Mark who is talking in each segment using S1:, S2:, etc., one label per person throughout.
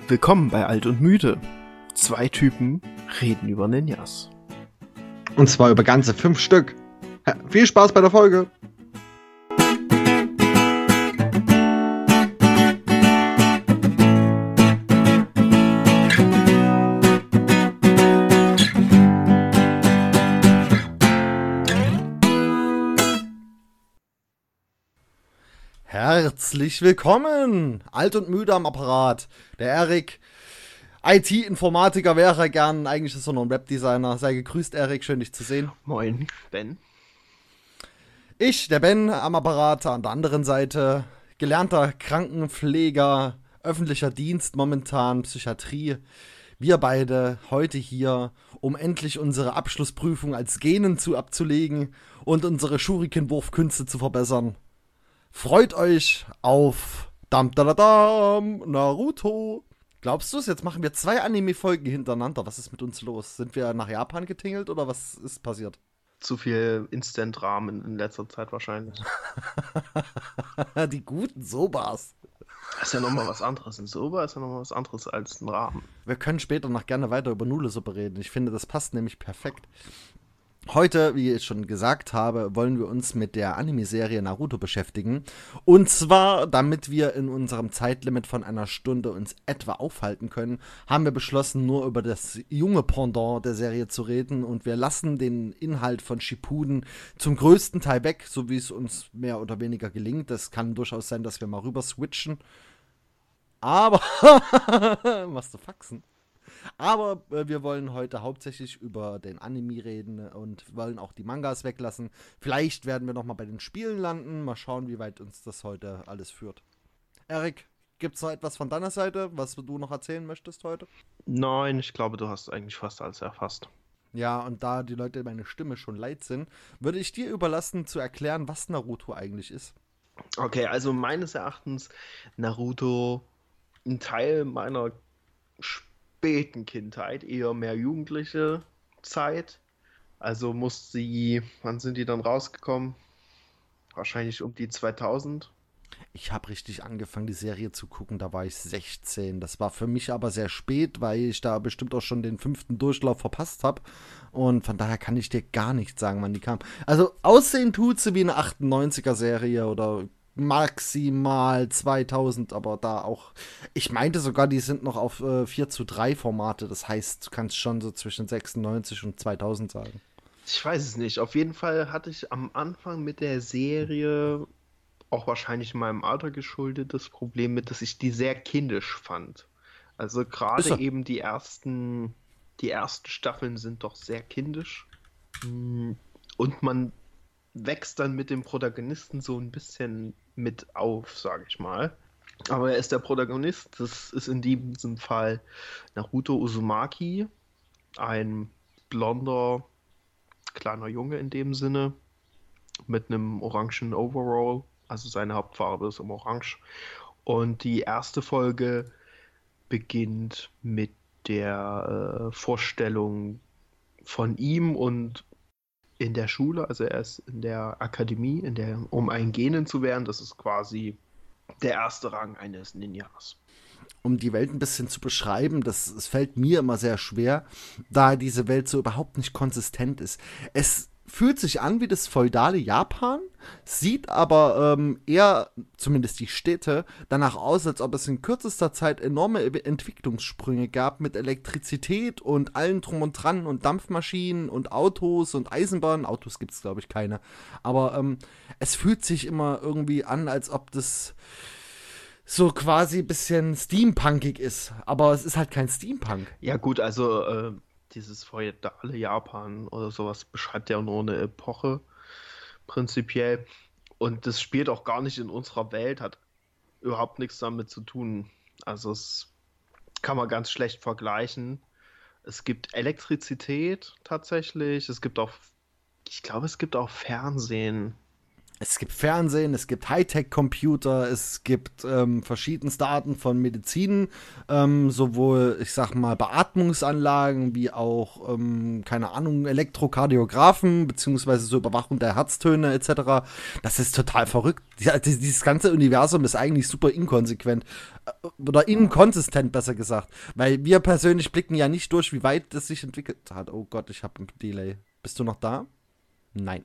S1: Willkommen bei Alt und Müde. 2 Typen reden über Ninjas.
S2: Und zwar über ganze 5 Stück. Viel Spaß bei der Folge.
S3: Herzlich willkommen! Alt und müde am Apparat. Der Erik, IT-Informatiker wäre er gern, eigentlich ist er nur ein Webdesigner. Sei gegrüßt, Erik, schön dich zu sehen.
S1: Moin, Ben.
S3: Ich, der Ben, am Apparat, an der anderen Seite, gelernter Krankenpfleger, öffentlicher Dienst momentan, Psychiatrie. Wir beide heute hier, um endlich unsere Abschlussprüfung als Genen abzulegen und unsere Shuriken-Wurfkünste zu verbessern. Freut euch auf Naruto. Glaubst du es? Jetzt machen wir 2 Anime-Folgen hintereinander. Was ist mit uns los? Sind wir nach Japan getingelt oder was ist passiert?
S1: Zu viel Instant-Ramen in letzter Zeit wahrscheinlich.
S3: Die guten Sobas.
S1: Das ist ja nochmal was anderes. Ein Soba ist ja nochmal was anderes als ein Ramen.
S3: Wir können später noch gerne weiter über Nudelsuppe reden. Ich finde, das passt nämlich perfekt. Heute, wie ich schon gesagt habe, wollen wir uns mit der Anime-Serie Naruto beschäftigen. Und zwar, damit wir in unserem Zeitlimit von 1 Stunde uns etwa aufhalten können, haben wir beschlossen, nur über das junge Pendant der Serie zu reden. Und wir lassen den Inhalt von Shippuden zum größten Teil weg, so wie es uns mehr oder weniger gelingt. Das kann durchaus sein, dass wir mal rüber switchen. Aber, machst du Faxen? Aber wir wollen heute hauptsächlich über den Anime reden und wollen auch die Mangas weglassen. Vielleicht werden wir nochmal bei den Spielen landen. Mal schauen, wie weit uns das heute alles führt. Erik, gibt's noch etwas von deiner Seite, was du noch erzählen möchtest heute?
S1: Nein, ich glaube, du hast eigentlich fast alles erfasst.
S3: Ja, und da die Leute meine Stimme schon leid sind, würde ich dir überlassen zu erklären, was Naruto eigentlich ist.
S1: Okay, also meines Erachtens Naruto ein Teil meiner späten Kindheit, eher mehr jugendliche Zeit. Also wann sind die dann rausgekommen? Wahrscheinlich um die 2000.
S3: Ich habe richtig angefangen, die Serie zu gucken, da war ich 16. Das war für mich aber sehr spät, weil ich da bestimmt auch schon den 5. Durchlauf verpasst habe. Und von daher kann ich dir gar nicht sagen, wann die kam. Also aussehen tut sie wie eine 98er-Serie oder maximal 2000, aber da auch, ich meinte sogar, die sind noch auf 4:3 Formate. Das heißt, du kannst schon so zwischen 96 und 2000 sagen.
S1: Ich weiß es nicht. Auf jeden Fall hatte ich am Anfang mit der Serie, auch wahrscheinlich meinem Alter geschuldet, das Problem mit, dass ich die sehr kindisch fand. Also
S3: Ist
S1: gerade
S3: er.
S1: eben die ersten Staffeln sind doch sehr kindisch. Und man wächst dann mit dem Protagonisten so ein bisschen mit auf, sage ich mal. Aber er ist der Protagonist. Das ist in diesem Fall Naruto Uzumaki, ein blonder kleiner Junge in dem Sinne, mit einem orangen Overall. Also seine Hauptfarbe ist im Orange. Und die erste Folge beginnt mit der Vorstellung von ihm und in der Schule. Also er ist in der Akademie, um ein Genin zu werden. Das ist quasi der erste Rang eines Ninjas.
S3: Um die Welt ein bisschen zu beschreiben, es fällt mir immer sehr schwer, da diese Welt so überhaupt nicht konsistent ist. Es fühlt sich an wie das feudale Japan, sieht aber eher, zumindest die Städte, danach aus, als ob es in kürzester Zeit enorme Entwicklungssprünge gab mit Elektrizität und allem drum und dran und Dampfmaschinen und Autos und Eisenbahnen. Autos gibt es, glaube ich, keine. Aber es fühlt sich immer irgendwie an, als ob das so quasi ein bisschen steampunkig ist. Aber es ist halt kein Steampunk.
S1: Ja gut, also dieses feudale Japan oder sowas beschreibt ja nur eine Epoche prinzipiell. Und das spielt auch gar nicht in unserer Welt, hat überhaupt nichts damit zu tun. Also es kann man ganz schlecht vergleichen. Es gibt Elektrizität tatsächlich. Ich glaube, es gibt auch Fernsehen.
S3: Es gibt Fernsehen, es gibt Hightech-Computer, es gibt verschiedenste Arten von Medizin, sowohl, ich sag mal, Beatmungsanlagen wie auch, keine Ahnung, Elektrokardiographen, beziehungsweise so Überwachung der Herztöne etc. Das ist total verrückt. Dieses ganze Universum ist eigentlich super inkonsequent. Oder inkonsistent, besser gesagt. Weil wir persönlich blicken ja nicht durch, wie weit das sich entwickelt hat. Oh Gott, ich habe ein Delay. Bist du noch da? Nein.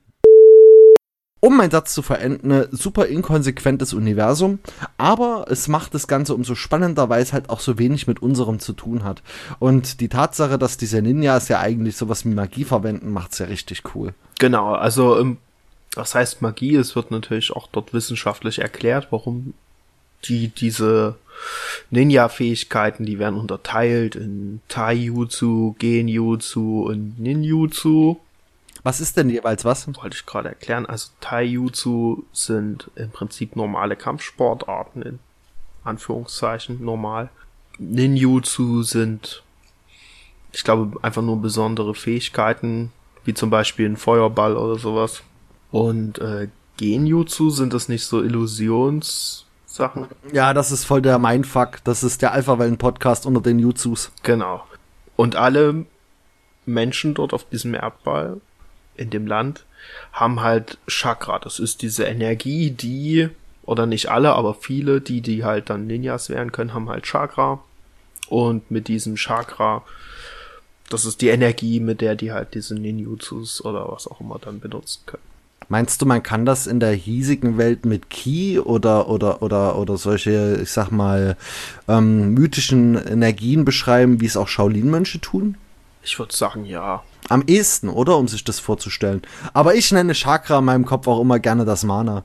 S3: Um meinen Satz zu verenden, super inkonsequentes Universum, aber es macht das Ganze umso spannender, weil es halt auch so wenig mit unserem zu tun hat. Und die Tatsache, dass diese Ninjas ja eigentlich sowas wie Magie verwenden, macht es ja richtig cool.
S1: Genau, also was heißt Magie? Es wird natürlich auch dort wissenschaftlich erklärt, warum diese Ninja-Fähigkeiten, die werden unterteilt in Taijutsu, Genjutsu und Ninjutsu.
S3: Was ist denn jeweils was?
S1: Wollte ich gerade erklären. Also Taijutsu sind im Prinzip normale Kampfsportarten, in Anführungszeichen normal. Ninjutsu sind, ich glaube, einfach nur besondere Fähigkeiten, wie zum Beispiel ein Feuerball oder sowas. Und Genjutsu sind das nicht so Illusionssachen?
S3: Ja, das ist voll der Mindfuck. Das ist der Alpha-Wellen-Podcast unter den Jutsus.
S1: Genau. Und alle Menschen dort auf diesem Erdball in dem Land haben halt Chakra. Das ist diese Energie, die, oder nicht alle, aber viele, die halt dann Ninjas werden können, haben halt Chakra. Und mit diesem Chakra, das ist die Energie, mit der die halt diese Ninjutsus oder was auch immer dann benutzen können.
S3: Meinst du, man kann das in der hiesigen Welt mit Ki oder solche, ich sag mal, mythischen Energien beschreiben, wie es auch Shaolin-Mönche tun?
S1: Ich würde sagen, ja.
S3: Am ehesten, oder? Um sich das vorzustellen. Aber ich nenne Chakra in meinem Kopf auch immer gerne das Mana.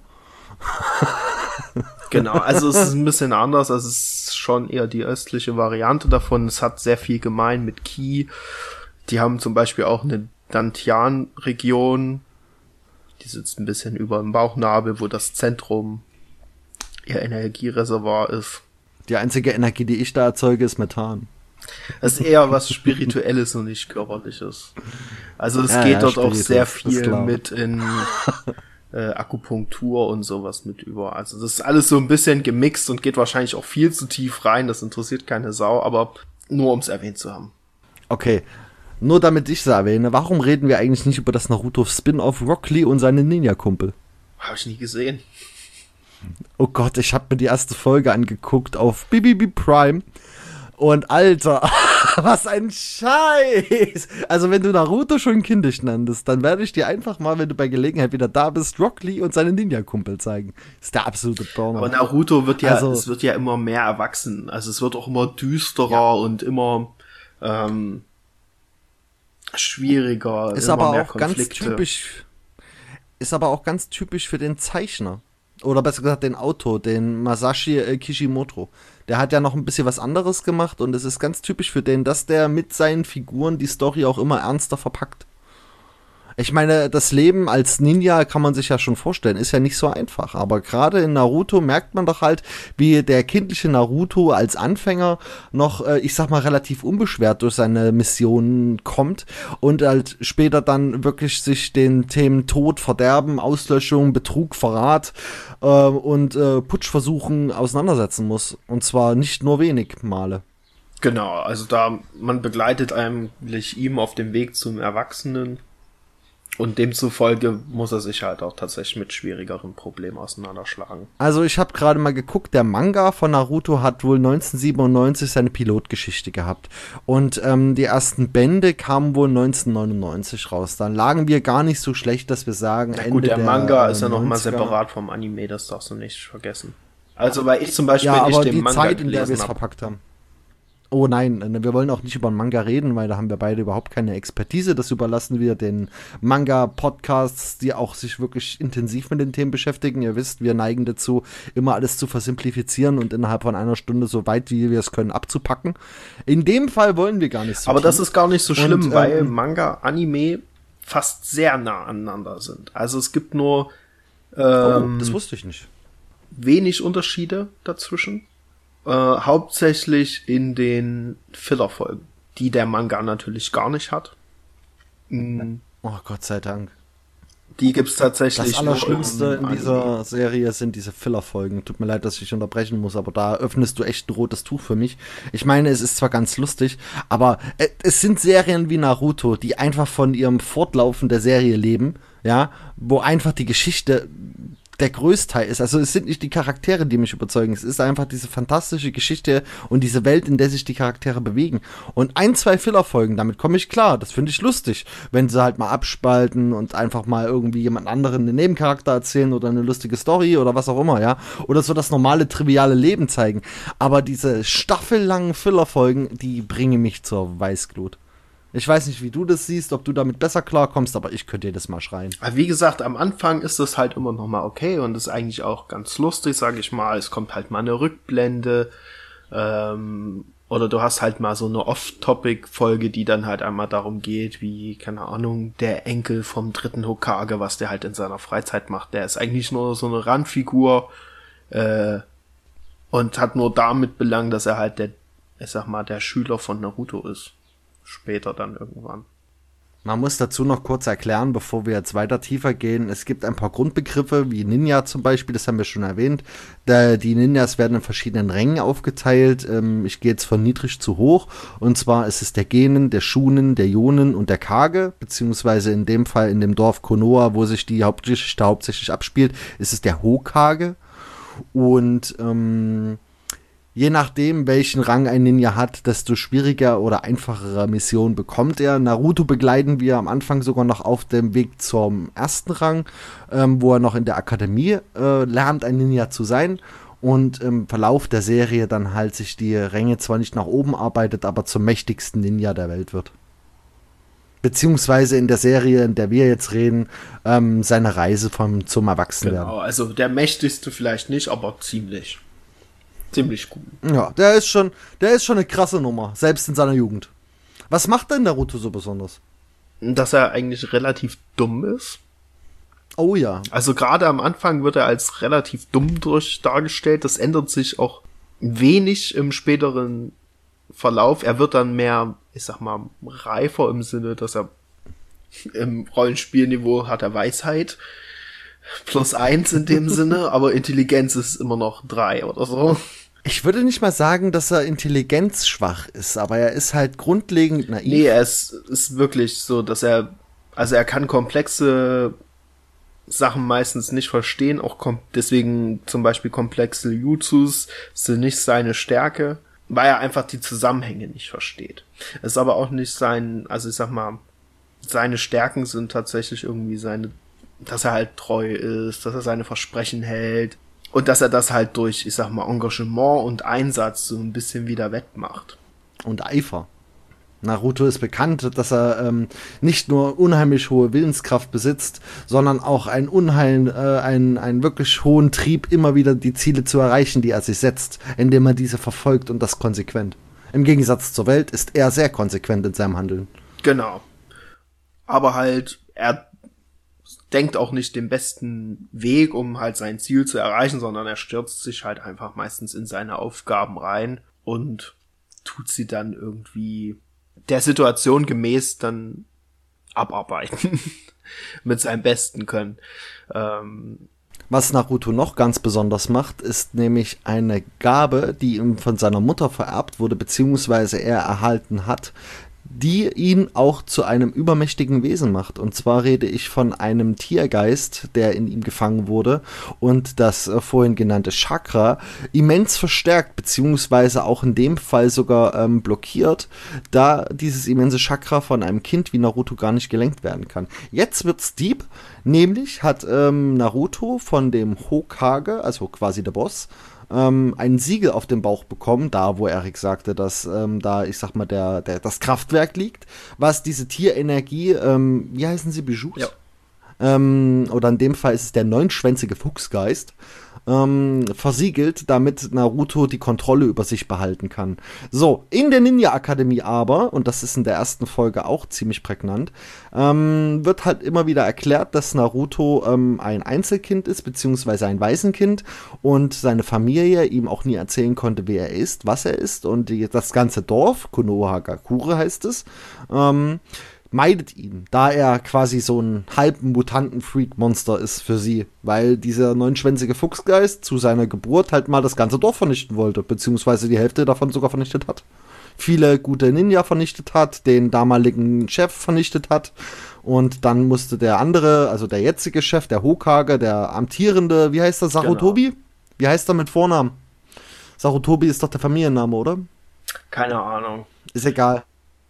S1: Genau, also es ist ein bisschen anders. Also es ist schon eher die östliche Variante davon. Es hat sehr viel gemein mit Ki. Die haben zum Beispiel auch eine Dantian-Region. Die sitzt ein bisschen über dem Bauchnabel, wo das Zentrum ihr Energiereservoir ist.
S3: Die einzige Energie, die ich da erzeuge, ist Methan.
S1: Das ist eher was Spirituelles und nicht Körperliches. Also es geht dort auch sehr viel mit in Akupunktur und sowas mit über. Also das ist alles so ein bisschen gemixt und geht wahrscheinlich auch viel zu tief rein. Das interessiert keine Sau, aber nur um es erwähnt zu haben.
S3: Okay, nur damit ich es erwähne, warum reden wir eigentlich nicht über das Naruto-Spin-Off Rock Lee und seine Ninja-Kumpel?
S1: Habe ich nie gesehen.
S3: Oh Gott, ich habe mir die erste Folge angeguckt auf BBB Prime. Und Alter, was ein Scheiß! Also wenn du Naruto schon kindisch nanntest, dann werde ich dir einfach mal, wenn du bei Gelegenheit wieder da bist, Rock Lee und seine Ninja-Kumpel zeigen. Das ist der absolute Burner.
S1: Aber Naruto wird ja, es wird ja immer mehr erwachsen. Also es wird auch immer düsterer und immer schwieriger.
S3: Ist
S1: immer
S3: aber
S1: mehr
S3: auch ganz typisch. Ist aber auch ganz typisch für den Zeichner. Oder besser gesagt den Autor, den Masashi Kishimoto. Der hat ja noch ein bisschen was anderes gemacht und es ist ganz typisch für den, dass der mit seinen Figuren die Story auch immer ernster verpackt. Ich meine, das Leben als Ninja kann man sich ja schon vorstellen, ist ja nicht so einfach. Aber gerade in Naruto merkt man doch halt, wie der kindliche Naruto als Anfänger noch, ich sag mal, relativ unbeschwert durch seine Missionen kommt und halt später dann wirklich sich den Themen Tod, Verderben, Auslöschung, Betrug, Verrat und Putschversuchen auseinandersetzen muss. Und zwar nicht nur wenig Male.
S1: Genau, also man begleitet eigentlich ihm auf dem Weg zum Erwachsenen. Und demzufolge muss er sich halt auch tatsächlich mit schwierigeren Problemen auseinanderschlagen.
S3: Also ich habe gerade mal geguckt, der Manga von Naruto hat wohl 1997 seine Pilotgeschichte gehabt. Und die ersten Bände kamen wohl 1999 raus. Dann lagen wir gar nicht so schlecht, dass wir sagen,
S1: na gut, der Manga ist ja nochmal separat vom Anime, das darfst du nicht vergessen. Also weil ich zum Beispiel
S3: ja,
S1: nicht
S3: aber
S1: den
S3: die
S1: Manga
S3: Zeit, in der wir es
S1: gelesen habe.
S3: verpackt haben. Oh nein, wir wollen auch nicht über den Manga reden, weil da haben wir beide überhaupt keine Expertise. Das überlassen wir den Manga-Podcasts, die auch sich wirklich intensiv mit den Themen beschäftigen. Ihr wisst, wir neigen dazu, immer alles zu versimplifizieren und innerhalb von einer Stunde so weit, wie wir es können, abzupacken. In dem Fall wollen wir gar nicht so
S1: Aber
S3: tief.
S1: das ist gar nicht so schlimm,
S3: Und,
S1: weil Manga, Anime fast sehr nah aneinander sind. Also es gibt nur
S3: das wusste ich nicht.
S1: wenig Unterschiede dazwischen. Hauptsächlich in den Filler-Folgen, die der Manga natürlich gar nicht hat.
S3: Oh, Gott sei Dank.
S1: Die gibt's tatsächlich.
S3: Das Allerschlimmste in
S1: Anime.
S3: dieser Serie sind diese Filler-Folgen. Tut mir leid, dass ich unterbrechen muss, aber da öffnest du echt ein rotes Tuch für mich. Ich meine, es ist zwar ganz lustig, aber es sind Serien wie Naruto, die einfach von ihrem Fortlaufen der Serie leben, ja, wo einfach die Geschichte der Größteil ist. Also es sind nicht die Charaktere, die mich überzeugen. Es ist einfach diese fantastische Geschichte und diese Welt, in der sich die Charaktere bewegen. Und 1, 2 Filler-Folgen, damit komme ich klar. Das finde ich lustig, wenn sie halt mal abspalten und einfach mal irgendwie jemand anderen einen Nebencharakter erzählen oder eine lustige Story oder was auch immer, ja. Oder so das normale, triviale Leben zeigen. Aber diese staffellangen Filler-Folgen, die bringen mich zur Weißglut. Ich weiß nicht, wie du das siehst, ob du damit besser klarkommst, aber ich könnte jedes Mal schreien.
S1: Wie gesagt, am Anfang ist das halt immer noch mal okay und ist eigentlich auch ganz lustig, sage ich mal. Es kommt halt mal eine Rückblende oder du hast halt mal so eine Off-Topic-Folge, die dann halt einmal darum geht, wie, keine Ahnung, der Enkel vom 3. Hokage, was der halt in seiner Freizeit macht. Der ist eigentlich nur so eine Randfigur und hat nur damit Belang, dass er halt der Schüler von Naruto ist. Später dann irgendwann.
S3: Man muss dazu noch kurz erklären, bevor wir jetzt weiter tiefer gehen. Es gibt ein paar Grundbegriffe, wie Ninja zum Beispiel, das haben wir schon erwähnt. Die Ninjas werden in verschiedenen Rängen aufgeteilt. Ich gehe jetzt von niedrig zu hoch. Und zwar ist es der Genin, der Shunin, der Jonin und der Kage. Beziehungsweise in dem Fall in dem Dorf Konoha, wo sich die Hauptgeschichte hauptsächlich abspielt, ist es der Hokage. Und je nachdem, welchen Rang ein Ninja hat, desto schwieriger oder einfachere Missionen bekommt er. Naruto begleiten wir am Anfang sogar noch auf dem Weg zum 1. Rang, wo er noch in der Akademie lernt, ein Ninja zu sein. Und im Verlauf der Serie dann halt sich die Ränge zwar nicht nach oben arbeitet, aber zum mächtigsten Ninja der Welt wird. Beziehungsweise in der Serie, in der wir jetzt reden, seine Reise zum Erwachsenwerden.
S1: Genau, also der mächtigste vielleicht nicht, aber ziemlich gut.
S3: Ja, der ist schon eine krasse Nummer, selbst in seiner Jugend. Was macht denn Naruto so besonders?
S1: Dass er eigentlich relativ dumm ist.
S3: Oh ja.
S1: Also gerade am Anfang wird er als relativ dumm dargestellt. Das ändert sich auch wenig im späteren Verlauf. Er wird dann mehr, ich sag mal, reifer im Sinne, dass er im Rollenspielniveau hat er Weisheit. +1 in dem Sinne, aber Intelligenz ist immer noch 3 oder so.
S3: Ich würde nicht mal sagen, dass er intelligenzschwach ist, aber er ist halt grundlegend naiv.
S1: Nee, er ist wirklich so, dass er kann komplexe Sachen meistens nicht verstehen, auch deswegen zum Beispiel komplexe Jutsus sind nicht seine Stärke, weil er einfach die Zusammenhänge nicht versteht. Es ist aber auch nicht also ich sag mal, seine Stärken sind tatsächlich irgendwie dass er halt treu ist, dass er seine Versprechen hält und dass er das halt durch, ich sag mal, Engagement und Einsatz so ein bisschen wieder wettmacht.
S3: Und Eifer. Naruto ist bekannt, dass er nicht nur unheimlich hohe Willenskraft besitzt, sondern auch einen wirklich hohen Trieb, immer wieder die Ziele zu erreichen, die er sich setzt, indem er diese verfolgt und das konsequent. Im Gegensatz zur Welt ist er sehr konsequent in seinem Handeln.
S1: Genau. Aber halt, er denkt auch nicht den besten Weg, um halt sein Ziel zu erreichen, sondern er stürzt sich halt einfach meistens in seine Aufgaben rein und tut sie dann irgendwie der Situation gemäß dann abarbeiten. Mit seinem besten Können.
S3: Was Naruto noch ganz besonders macht, ist nämlich eine Gabe, die ihm von seiner Mutter vererbt wurde, beziehungsweise er erhalten hat, die ihn auch zu einem übermächtigen Wesen macht. Und zwar rede ich von einem Tiergeist, der in ihm gefangen wurde und das vorhin genannte Chakra immens verstärkt, beziehungsweise auch in dem Fall sogar blockiert, da dieses immense Chakra von einem Kind wie Naruto gar nicht gelenkt werden kann. Jetzt wird's deep, nämlich hat Naruto von dem Hokage, also quasi der Boss, ein Siegel auf dem Bauch bekommen, da wo Erik sagte, dass da, ich sag mal, das Kraftwerk liegt, was diese Tierenergie, wie heißen sie, Bijous?
S1: Ja.
S3: Oder in dem Fall ist es der 9-schwänzige Fuchsgeist, versiegelt, damit Naruto die Kontrolle über sich behalten kann. So, in der Ninja-Akademie aber, und das ist in der ersten Folge auch ziemlich prägnant, wird halt immer wieder erklärt, dass Naruto ein Einzelkind ist, beziehungsweise ein Waisenkind und seine Familie ihm auch nie erzählen konnte, wer er ist, was er ist und das ganze Dorf, Konohagakure heißt es, meidet ihn, da er quasi so ein halben Mutanten-Freak-Monster ist für sie, weil dieser neunschwänzige Fuchsgeist zu seiner Geburt halt mal das ganze Dorf vernichten wollte, beziehungsweise die Hälfte davon sogar vernichtet hat. Viele gute Ninja vernichtet hat, den damaligen Chef vernichtet hat und dann musste der andere, also der jetzige Chef, der Hokage, der amtierende, wie heißt der, Sarutobi? Genau. Wie heißt er mit Vornamen? Sarutobi ist doch der Familienname, oder?
S1: Keine Ahnung.
S3: Ist egal.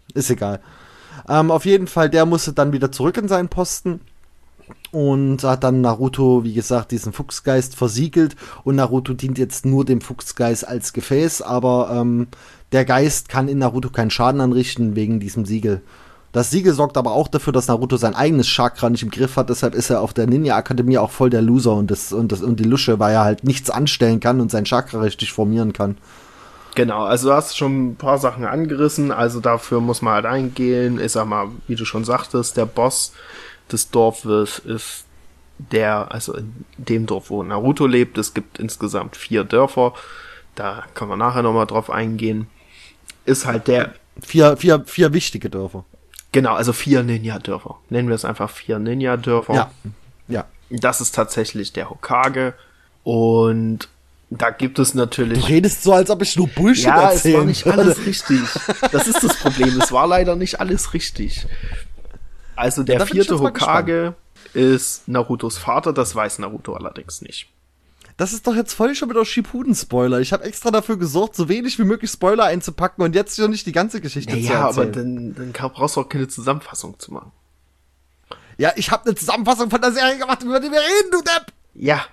S3: Auf jeden Fall, der musste dann wieder zurück in seinen Posten und hat dann Naruto, wie gesagt, diesen Fuchsgeist versiegelt und Naruto dient jetzt nur dem Fuchsgeist als Gefäß, aber der Geist kann in Naruto keinen Schaden anrichten wegen diesem Siegel. Das Siegel sorgt aber auch dafür, dass Naruto sein eigenes Chakra nicht im Griff hat, deshalb ist er auf der Ninja-Akademie auch voll der Loser und die Lusche, weil er halt nichts anstellen kann und sein Chakra richtig formieren kann.
S1: Genau, also du hast schon ein paar Sachen angerissen, also dafür muss man halt eingehen. Ich sag mal, wie du schon sagtest, der Boss des Dorfes ist also in dem Dorf, wo Naruto lebt. Es gibt insgesamt 4 Dörfer, da können wir nachher nochmal drauf eingehen. Ist halt der...
S3: Vier wichtige Dörfer.
S1: Genau, also 4 Ninja-Dörfer. Nennen wir es einfach 4 Ninja-Dörfer.
S3: Ja.
S1: Das ist tatsächlich der Hokage und da gibt es natürlich...
S3: Du redest so, als ob ich nur Bullshit erzählen
S1: es war nicht alles richtig. Das ist das Problem. Es war leider nicht alles richtig. Also der 4. Hokage ist Narutos Vater. Das weiß Naruto allerdings nicht.
S3: Das ist doch jetzt voll schon wieder Shippuden-Spoiler. Ich habe extra dafür gesorgt, so wenig wie möglich Spoiler einzupacken und jetzt schon nicht die ganze Geschichte zu erzählen. Ja, aber
S1: dann brauchst du auch keine Zusammenfassung zu machen.
S3: Ja, ich habe eine Zusammenfassung von der Serie gemacht, über die wir reden, du Depp!
S1: Ja.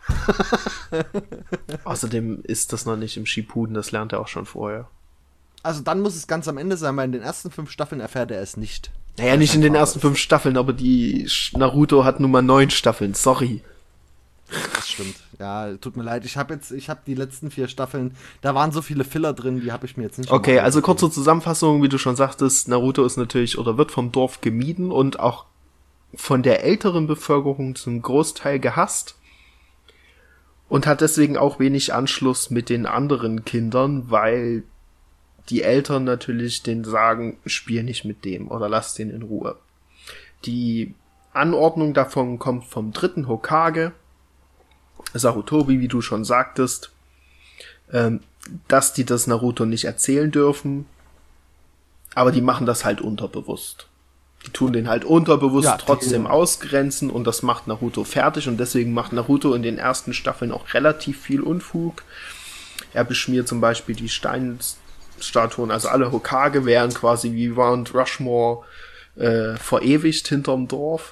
S1: Außerdem ist das noch nicht im Shippuden, das lernt er auch schon vorher.
S3: Also dann muss es ganz am Ende sein, weil in den ersten 5 Staffeln erfährt er es nicht.
S1: Naja, nicht in den ersten 5 Staffeln, aber die Naruto hat nun mal 9 Staffeln, sorry.
S3: Das stimmt. Ja, tut mir leid. Ich habe die letzten 4 Staffeln, da waren so viele Filler drin, die habe ich mir jetzt nicht...
S1: Okay, also kurze Zusammenfassung, wie du schon sagtest, Naruto ist natürlich oder wird vom Dorf gemieden und auch von der älteren Bevölkerung zum Großteil gehasst. Und hat deswegen auch wenig Anschluss mit den anderen Kindern, weil die Eltern natürlich denen sagen, spiel nicht mit dem oder lass den in Ruhe. Die Anordnung davon kommt vom 3. Hokage, Sarutobi, wie du schon sagtest, dass die das Naruto nicht erzählen dürfen, aber die machen das halt unterbewusst. Die tun den halt unterbewusst trotzdem ausgrenzen und das macht Naruto fertig und deswegen macht Naruto in den ersten Staffeln auch relativ viel Unfug. Er beschmiert zum Beispiel die Steinstatuen, also alle Hokage wären quasi wie Mount Rushmore verewigt hinterm Dorf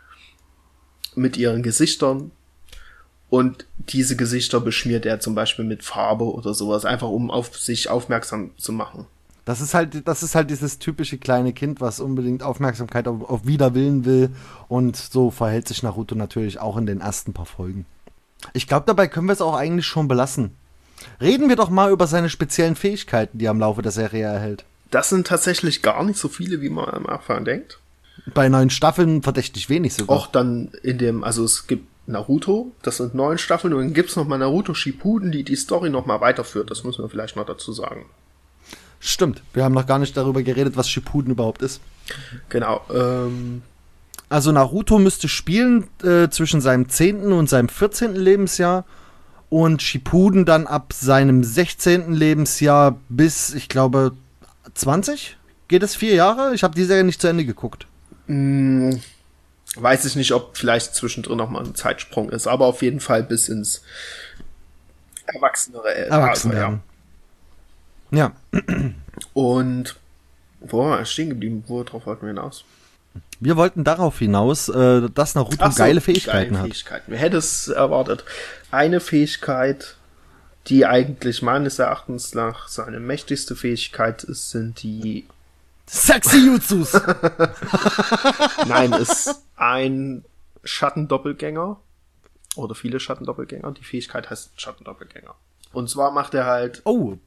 S1: mit ihren Gesichtern und diese Gesichter beschmiert er zum Beispiel mit Farbe oder sowas, einfach um auf sich aufmerksam zu machen.
S3: Das ist halt dieses typische kleine Kind, was unbedingt Aufmerksamkeit auf Widerwillen will. Und so verhält sich Naruto natürlich auch in den ersten paar Folgen. Ich glaube, dabei können wir es auch eigentlich schon belassen. Reden wir doch mal über seine speziellen Fähigkeiten, die er im Laufe der Serie erhält.
S1: Das sind tatsächlich gar nicht so viele, wie man am Anfang denkt.
S3: Bei 9 Staffeln verdächtig wenig sogar.
S1: Auch dann also es gibt Naruto, das sind 9 Staffeln, und dann gibt es nochmal Naruto Shippuden, die Story nochmal weiterführt. Das müssen wir vielleicht noch dazu sagen.
S3: Stimmt, wir haben noch gar nicht darüber geredet, was Shippuden überhaupt ist.
S1: Genau.
S3: Also Naruto müsste spielen zwischen seinem 10. und seinem 14. Lebensjahr und Shippuden dann ab seinem 16. Lebensjahr bis, ich glaube, 20? Geht es 4 Jahre? Ich habe die Serie nicht zu Ende geguckt.
S1: Weiß ich nicht, ob vielleicht zwischendrin noch mal ein Zeitsprung ist, aber auf jeden Fall bis ins Erwachsenere
S3: Alter, ja.
S1: Und wo war er stehen geblieben? Worauf wollten wir hinaus?
S3: Wir wollten darauf hinaus, dass Naruto geile Fähigkeiten hat.
S1: Wer hätte es erwartet? Eine Fähigkeit, die eigentlich meines Erachtens nach seine mächtigste Fähigkeit ist, sind die
S3: Sexy Jutsus!
S1: Nein, ist ein Schattendoppelgänger oder viele Schattendoppelgänger. Die Fähigkeit heißt Schattendoppelgänger. Und zwar macht er halt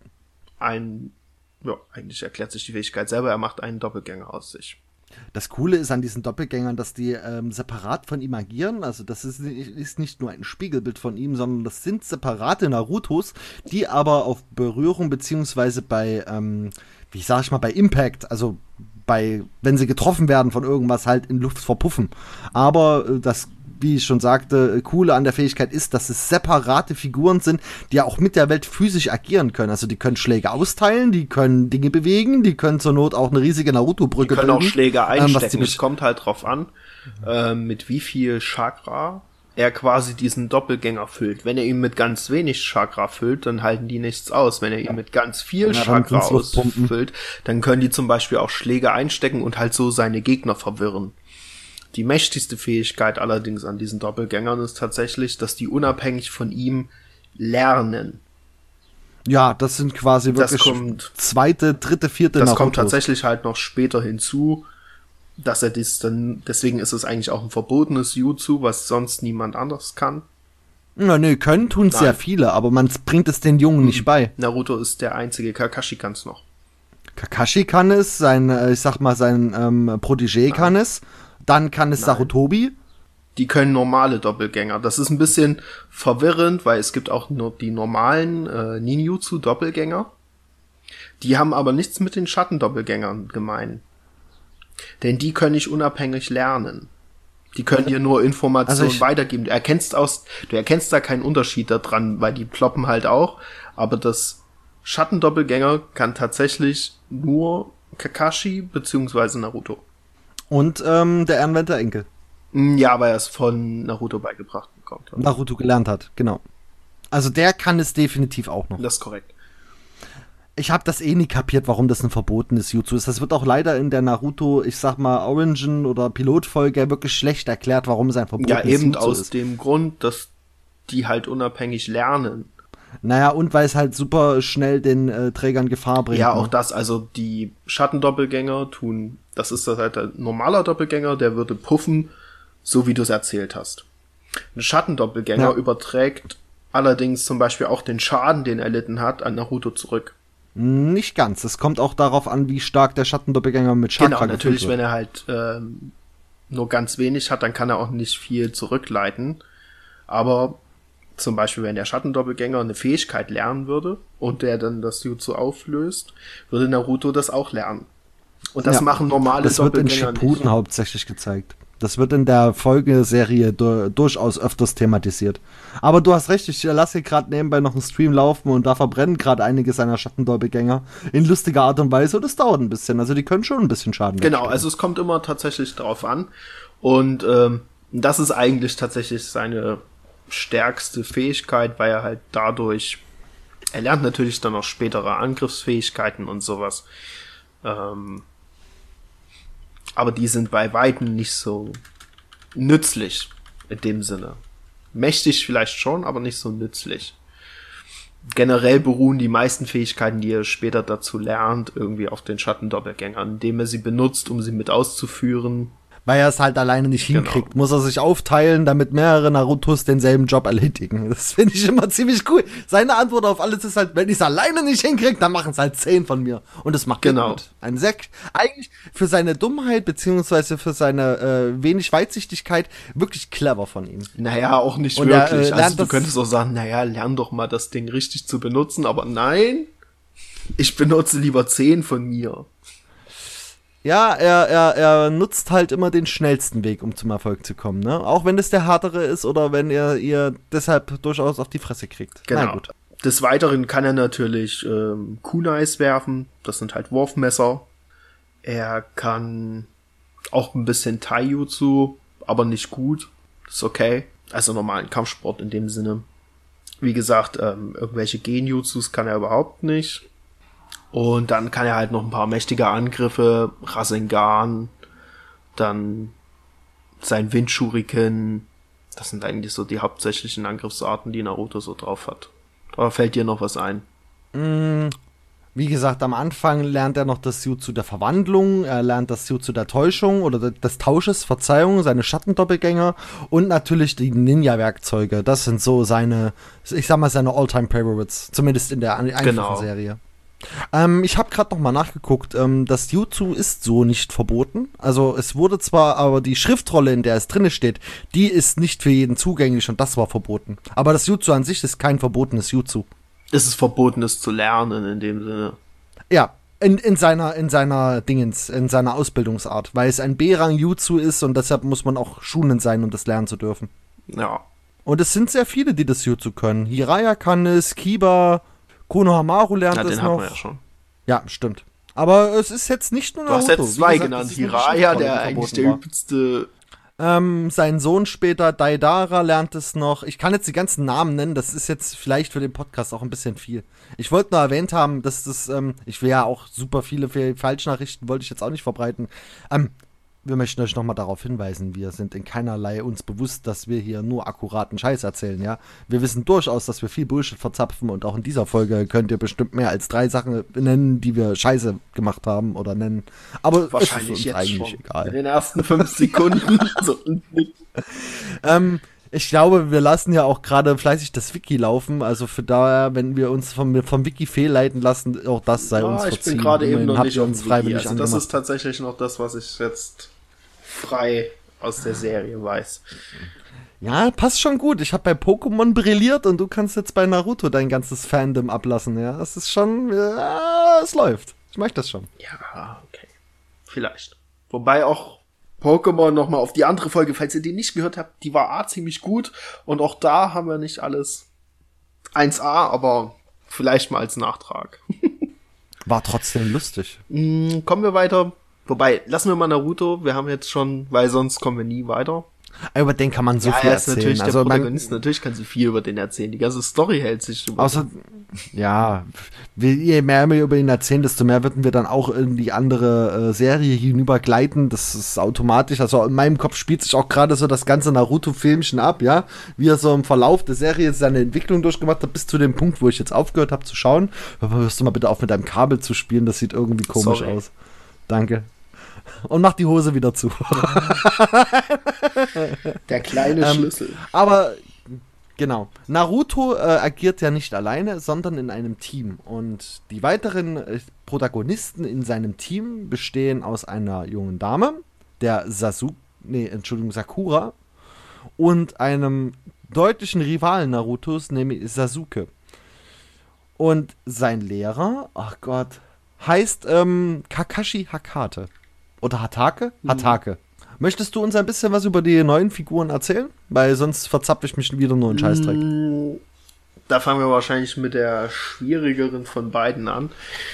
S1: eigentlich erklärt sich die Fähigkeit selber, er macht einen Doppelgänger aus sich.
S3: Das Coole ist an diesen Doppelgängern, dass die separat von ihm agieren. Also das ist nicht nur ein Spiegelbild von ihm, sondern das sind separate Narutos, die aber auf Berührung beziehungsweise bei, bei Impact, also wenn sie getroffen werden von irgendwas, halt in Luft verpuffen. Aber das, wie ich schon sagte, Coole an der Fähigkeit ist, dass es separate Figuren sind, die ja auch mit der Welt physisch agieren können. Also die können Schläge austeilen, die können Dinge bewegen, die können zur Not auch eine riesige Naruto-Brücke
S1: Die können auch Schläge einstecken.
S3: Was
S1: es kommt halt drauf an, mit wie viel Chakra er quasi diesen Doppelgänger füllt. Wenn er ihn mit ganz wenig Chakra füllt, dann halten die nichts aus. Wenn er ihn mit ganz viel Chakra ausfüllt, dann können die zum Beispiel auch Schläge einstecken und halt so seine Gegner verwirren. Die mächtigste Fähigkeit allerdings an diesen Doppelgängern ist tatsächlich, dass die unabhängig von ihm lernen.
S3: Ja, das sind quasi wirklich zweite, dritte, vierte
S1: Narutos. Das kommt tatsächlich halt noch später hinzu, dass er das dann, deswegen ist es eigentlich auch ein verbotenes Jutsu, was sonst niemand anders kann.
S3: Na, nee, können tun sehr viele, aber man bringt es den Jungen nicht bei.
S1: Naruto ist der einzige, Kakashi kann es noch.
S3: Kakashi kann es, sein Protégé kann es, dann kann es Sarutobi.
S1: Die können normale Doppelgänger. Das ist ein bisschen verwirrend, weil es gibt auch nur die normalen Ninjutsu-Doppelgänger. Die haben aber nichts mit den Schattendoppelgängern gemein. Denn die können nicht unabhängig lernen. Die können dir nur Informationen weitergeben. Du erkennst da keinen Unterschied daran, weil die ploppen halt auch. Aber das Schattendoppelgänger kann tatsächlich nur Kakashi bzw. Naruto.
S3: Und der Ehrenwerte Enkel.
S1: Ja, weil er es von Naruto beigebracht bekommt.
S3: Naruto gelernt hat, genau. Also der kann es definitiv auch noch.
S1: Das ist korrekt.
S3: Ich habe das nie kapiert, warum das ein verbotenes Jutsu ist. Das wird auch leider in der Naruto, Origin- oder Pilotfolge wirklich schlecht erklärt, warum es ein verbotenes Jutsu ist. Ja, eben
S1: aus dem Grund, dass die halt unabhängig lernen.
S3: Naja, und weil es halt super schnell den Trägern Gefahr bringt.
S1: Ja, auch das, also die Schattendoppelgänger tun, das ist das halt ein normaler Doppelgänger, der würde puffen, so wie du es erzählt hast. Ein Schattendoppelgänger überträgt allerdings zum Beispiel auch den Schaden, den er erlitten hat, an Naruto zurück.
S3: Nicht ganz. Es kommt auch darauf an, wie stark der Schattendoppelgänger mit Chakra
S1: Genau, natürlich, wenn er halt nur ganz wenig hat, dann kann er auch nicht viel zurückleiten. Aber zum Beispiel, wenn der Schattendoppelgänger eine Fähigkeit lernen würde und der dann das Jutsu auflöst, würde Naruto das auch lernen. Und das machen normale Doppelgänger nicht.
S3: Das wird in Shippuden hauptsächlich gezeigt. Das wird in der Folgeserie durchaus öfters thematisiert. Aber du hast recht, ich lasse hier gerade nebenbei noch einen Stream laufen und da verbrennen gerade einige seiner Schattendoppelgänger in lustiger Art und Weise und es dauert ein bisschen. Also die können schon ein bisschen Schaden
S1: Genau, also es kommt immer tatsächlich drauf an. Und das ist eigentlich tatsächlich seine stärkste Fähigkeit, weil er halt dadurch, er lernt natürlich dann auch spätere Angriffsfähigkeiten und sowas. Aber die sind bei Weitem nicht so nützlich in dem Sinne. Mächtig vielleicht schon, aber nicht so nützlich. Generell beruhen die meisten Fähigkeiten, die er später dazu lernt, irgendwie auf den Schattendoppelgängern, indem er sie benutzt, um sie mit auszuführen.
S3: Weil er es halt alleine nicht hinkriegt. Muss er sich aufteilen, damit mehrere Narutos denselben Job erledigen. Das finde ich immer ziemlich cool. Seine Antwort auf alles ist halt, wenn ich es alleine nicht hinkriege, dann machen es halt 10 von mir. Und das macht gut. Ein Sekt. Eigentlich für seine Dummheit, beziehungsweise für seine wenig Weitsichtigkeit, wirklich clever von ihm.
S1: Naja, auch nicht und wirklich. Also du könntest auch sagen, naja, lern doch mal das Ding richtig zu benutzen. Aber nein, ich benutze lieber 10 von mir.
S3: Ja, er nutzt halt immer den schnellsten Weg, um zum Erfolg zu kommen, ne? Auch wenn es der härtere ist oder wenn ihr deshalb durchaus auf die Fresse kriegt.
S1: Genau. Na gut. Des Weiteren kann er natürlich Kunais werfen. Das sind halt Wurfmesser. Er kann auch ein bisschen Taijutsu, aber nicht gut. Ist okay. Also normalen Kampfsport in dem Sinne. Wie gesagt, irgendwelche Genjutsus kann er überhaupt nicht. Und dann kann er halt noch ein paar mächtige Angriffe, Rasengan, dann sein Windshuriken. Das sind eigentlich so die hauptsächlichen Angriffsarten, die Naruto so drauf hat. Aber fällt dir noch was ein?
S3: Wie gesagt, am Anfang lernt er noch das Jutsu der Verwandlung, er lernt das Jutsu der Täuschung oder des Tausches, Verzeihung, seine Schattendoppelgänger und natürlich die Ninja-Werkzeuge. Das sind so seine All-Time-Favorites, zumindest in der einfachen Serie. Ich habe gerade noch mal nachgeguckt, das Jutsu ist so nicht verboten. Also es wurde zwar, aber die Schriftrolle, in der es drinne steht, die ist nicht für jeden zugänglich und das war verboten. Aber das Jutsu an sich ist kein verbotenes Jutsu.
S1: Es ist verboten, es zu lernen in dem Sinne.
S3: Ja, In seiner Dingens, in seiner Ausbildungsart, weil es ein B-Rang Jutsu ist und deshalb muss man auch schulend sein, um das lernen zu dürfen.
S1: Ja.
S3: Und es sind sehr viele, die das Jutsu können. Hiraya kann es, Kiba, Konohamaru lernt es
S1: den
S3: noch.
S1: hatten wir ja schon.
S3: Ja, stimmt. Aber es ist jetzt nicht nur
S1: Du
S3: Naruto.
S1: hast jetzt zwei
S3: Wie gesagt,
S1: genannt.
S3: es ist eine
S1: Hiraya,
S3: Geschichte,
S1: der
S3: die
S1: eigentlich
S3: verboten
S1: der
S3: war.
S1: übelste.
S3: Sein Sohn später, Daidara, lernt es noch. Ich kann jetzt die ganzen Namen nennen, das ist jetzt vielleicht für den Podcast auch ein bisschen viel. Ich wollte nur erwähnt haben, dass das, ich will ja auch super viele Falschnachrichten, wollte ich jetzt auch nicht verbreiten. Wir möchten euch nochmal darauf hinweisen, wir sind in keinerlei uns bewusst, dass wir hier nur akkuraten Scheiß erzählen, ja. Wir wissen durchaus, dass wir viel Bullshit verzapfen und auch in dieser Folge könnt ihr bestimmt mehr als 3 Sachen nennen, die wir Scheiße gemacht haben oder nennen. Aber
S1: Wahrscheinlich
S3: es ist uns
S1: jetzt
S3: eigentlich
S1: schon.
S3: egal.
S1: In den ersten 5 Sekunden. So.
S3: Ich glaube, wir lassen ja auch gerade fleißig das Wiki laufen, also für daher, wenn wir uns vom Wiki fehlleiten lassen, auch das sei uns verziehen.
S1: Ich bin gerade eben
S3: Immerhin
S1: noch
S3: habt
S1: nicht
S3: ihr
S1: auf
S3: uns
S1: dem Wiki.
S3: freiwillig
S1: Also das
S3: angemacht.
S1: ist tatsächlich noch das, was ich jetzt frei aus der Serie weiß.
S3: Ja, passt schon gut. Ich habe bei Pokémon brilliert und du kannst jetzt bei Naruto dein ganzes Fandom ablassen, ja. Das ist schon, es läuft. Ich möchte das schon.
S1: Ja, okay. Vielleicht. Wobei auch Pokémon nochmal auf die andere Folge, falls ihr die nicht gehört habt, die war ziemlich gut. Und auch da haben wir nicht alles 1A, aber vielleicht mal als Nachtrag.
S3: War trotzdem lustig.
S1: Kommen wir weiter. Wobei, lassen wir mal Naruto. Wir haben jetzt schon, weil sonst kommen wir nie weiter.
S3: Über den kann man so viel
S1: er ist
S3: erzählen.
S1: natürlich der
S3: Also
S1: Protagonist. Natürlich kann sie viel über den erzählen. Die ganze Story hält sich über.
S3: außer, ja, je mehr wir über ihn erzählen, desto mehr würden wir dann auch in die andere Serie hinübergleiten. Das ist automatisch. Also in meinem Kopf spielt sich auch gerade so das ganze Naruto-Filmchen ab, ja. Wie er so im Verlauf der Serie seine Entwicklung durchgemacht hat, bis zu dem Punkt, wo ich jetzt aufgehört habe zu schauen. Hörst du mal bitte auf, mit deinem Kabel zu spielen? Das sieht irgendwie komisch aus. Danke. Und mach die Hose wieder zu.
S1: Der kleine Schlüssel.
S3: Aber genau, Naruto agiert ja nicht alleine, sondern in einem Team. Und die weiteren Protagonisten in seinem Team bestehen aus einer jungen Dame, der Sakura, und einem deutlichen Rivalen Narutos, nämlich Sasuke. Und sein Lehrer, ach Gott, heißt Kakashi Hakate. Oder Hatake? Hatake. Möchtest du uns ein bisschen was über die neuen Figuren erzählen? Weil sonst verzapfe ich mich wieder nur in Scheißdreck.
S1: Da fangen wir wahrscheinlich mit der schwierigeren von beiden an.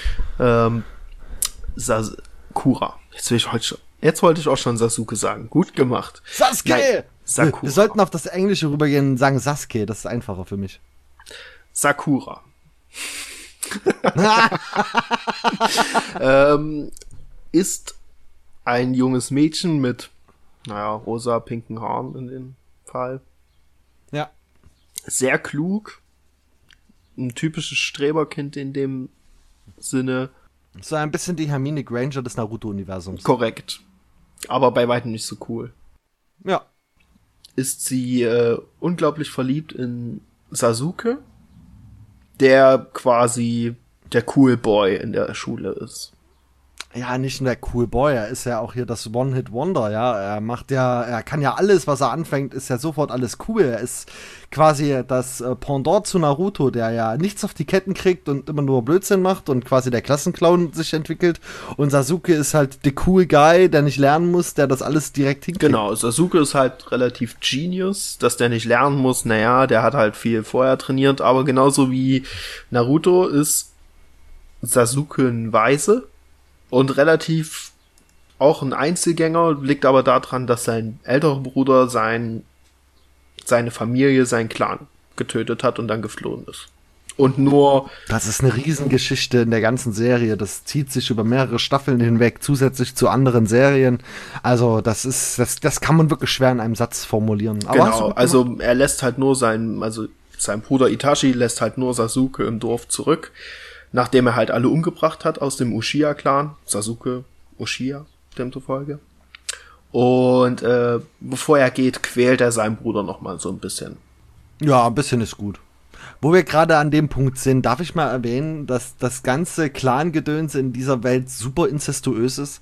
S1: Sakura. Jetzt wollte ich auch schon Sasuke sagen. Gut gemacht.
S3: Sasuke!
S1: Nein, Sakura.
S3: Wir sollten auf das Englische rübergehen und sagen Sasuke. Das ist einfacher für mich.
S1: Sakura. Ist ein junges Mädchen mit, rosa, pinken Haaren in dem Fall.
S3: Ja.
S1: Sehr klug. Ein typisches Streberkind in dem Sinne.
S3: So ein bisschen die Hermine Granger des Naruto-Universums.
S1: Korrekt. Aber bei weitem nicht so cool.
S3: Ja.
S1: Ist sie unglaublich verliebt in Sasuke, der quasi der Cool Boy in der Schule ist.
S3: Ja, nicht nur der Cool Boy, er ist ja auch hier das One-Hit-Wonder, ja. Er kann ja alles, was er anfängt, ist ja sofort alles cool. Er ist quasi das Pendant zu Naruto, der ja nichts auf die Ketten kriegt und immer nur Blödsinn macht und quasi der Klassenclown sich entwickelt. Und Sasuke ist halt der cool Guy, der nicht lernen muss, der das alles direkt hinkriegt.
S1: Genau, Sasuke ist halt relativ Genius, dass der nicht lernen muss. Naja, der hat halt viel vorher trainiert, aber genauso wie Naruto ist Sasuke ein Weise. Und relativ auch ein Einzelgänger, liegt aber daran, dass sein älterer Bruder seine Familie, seinen Clan getötet hat und dann geflohen ist. Und nur...
S3: Das ist eine Riesengeschichte in der ganzen Serie. Das zieht sich über mehrere Staffeln hinweg, zusätzlich zu anderen Serien. Also das kann man wirklich schwer in einem Satz formulieren. Aber
S1: genau, also er lässt halt nur sein Bruder Itachi lässt halt nur Sasuke im Dorf zurück. Nachdem er halt alle umgebracht hat aus dem Uchiha-Clan. Sasuke, Uchiha, demzufolge. Und bevor er geht, quält er seinen Bruder nochmal so ein bisschen.
S3: Ja, ein bisschen ist gut. Wo wir gerade an dem Punkt sind, darf ich mal erwähnen, dass das ganze Clan-Gedöns in dieser Welt super inzestuös ist.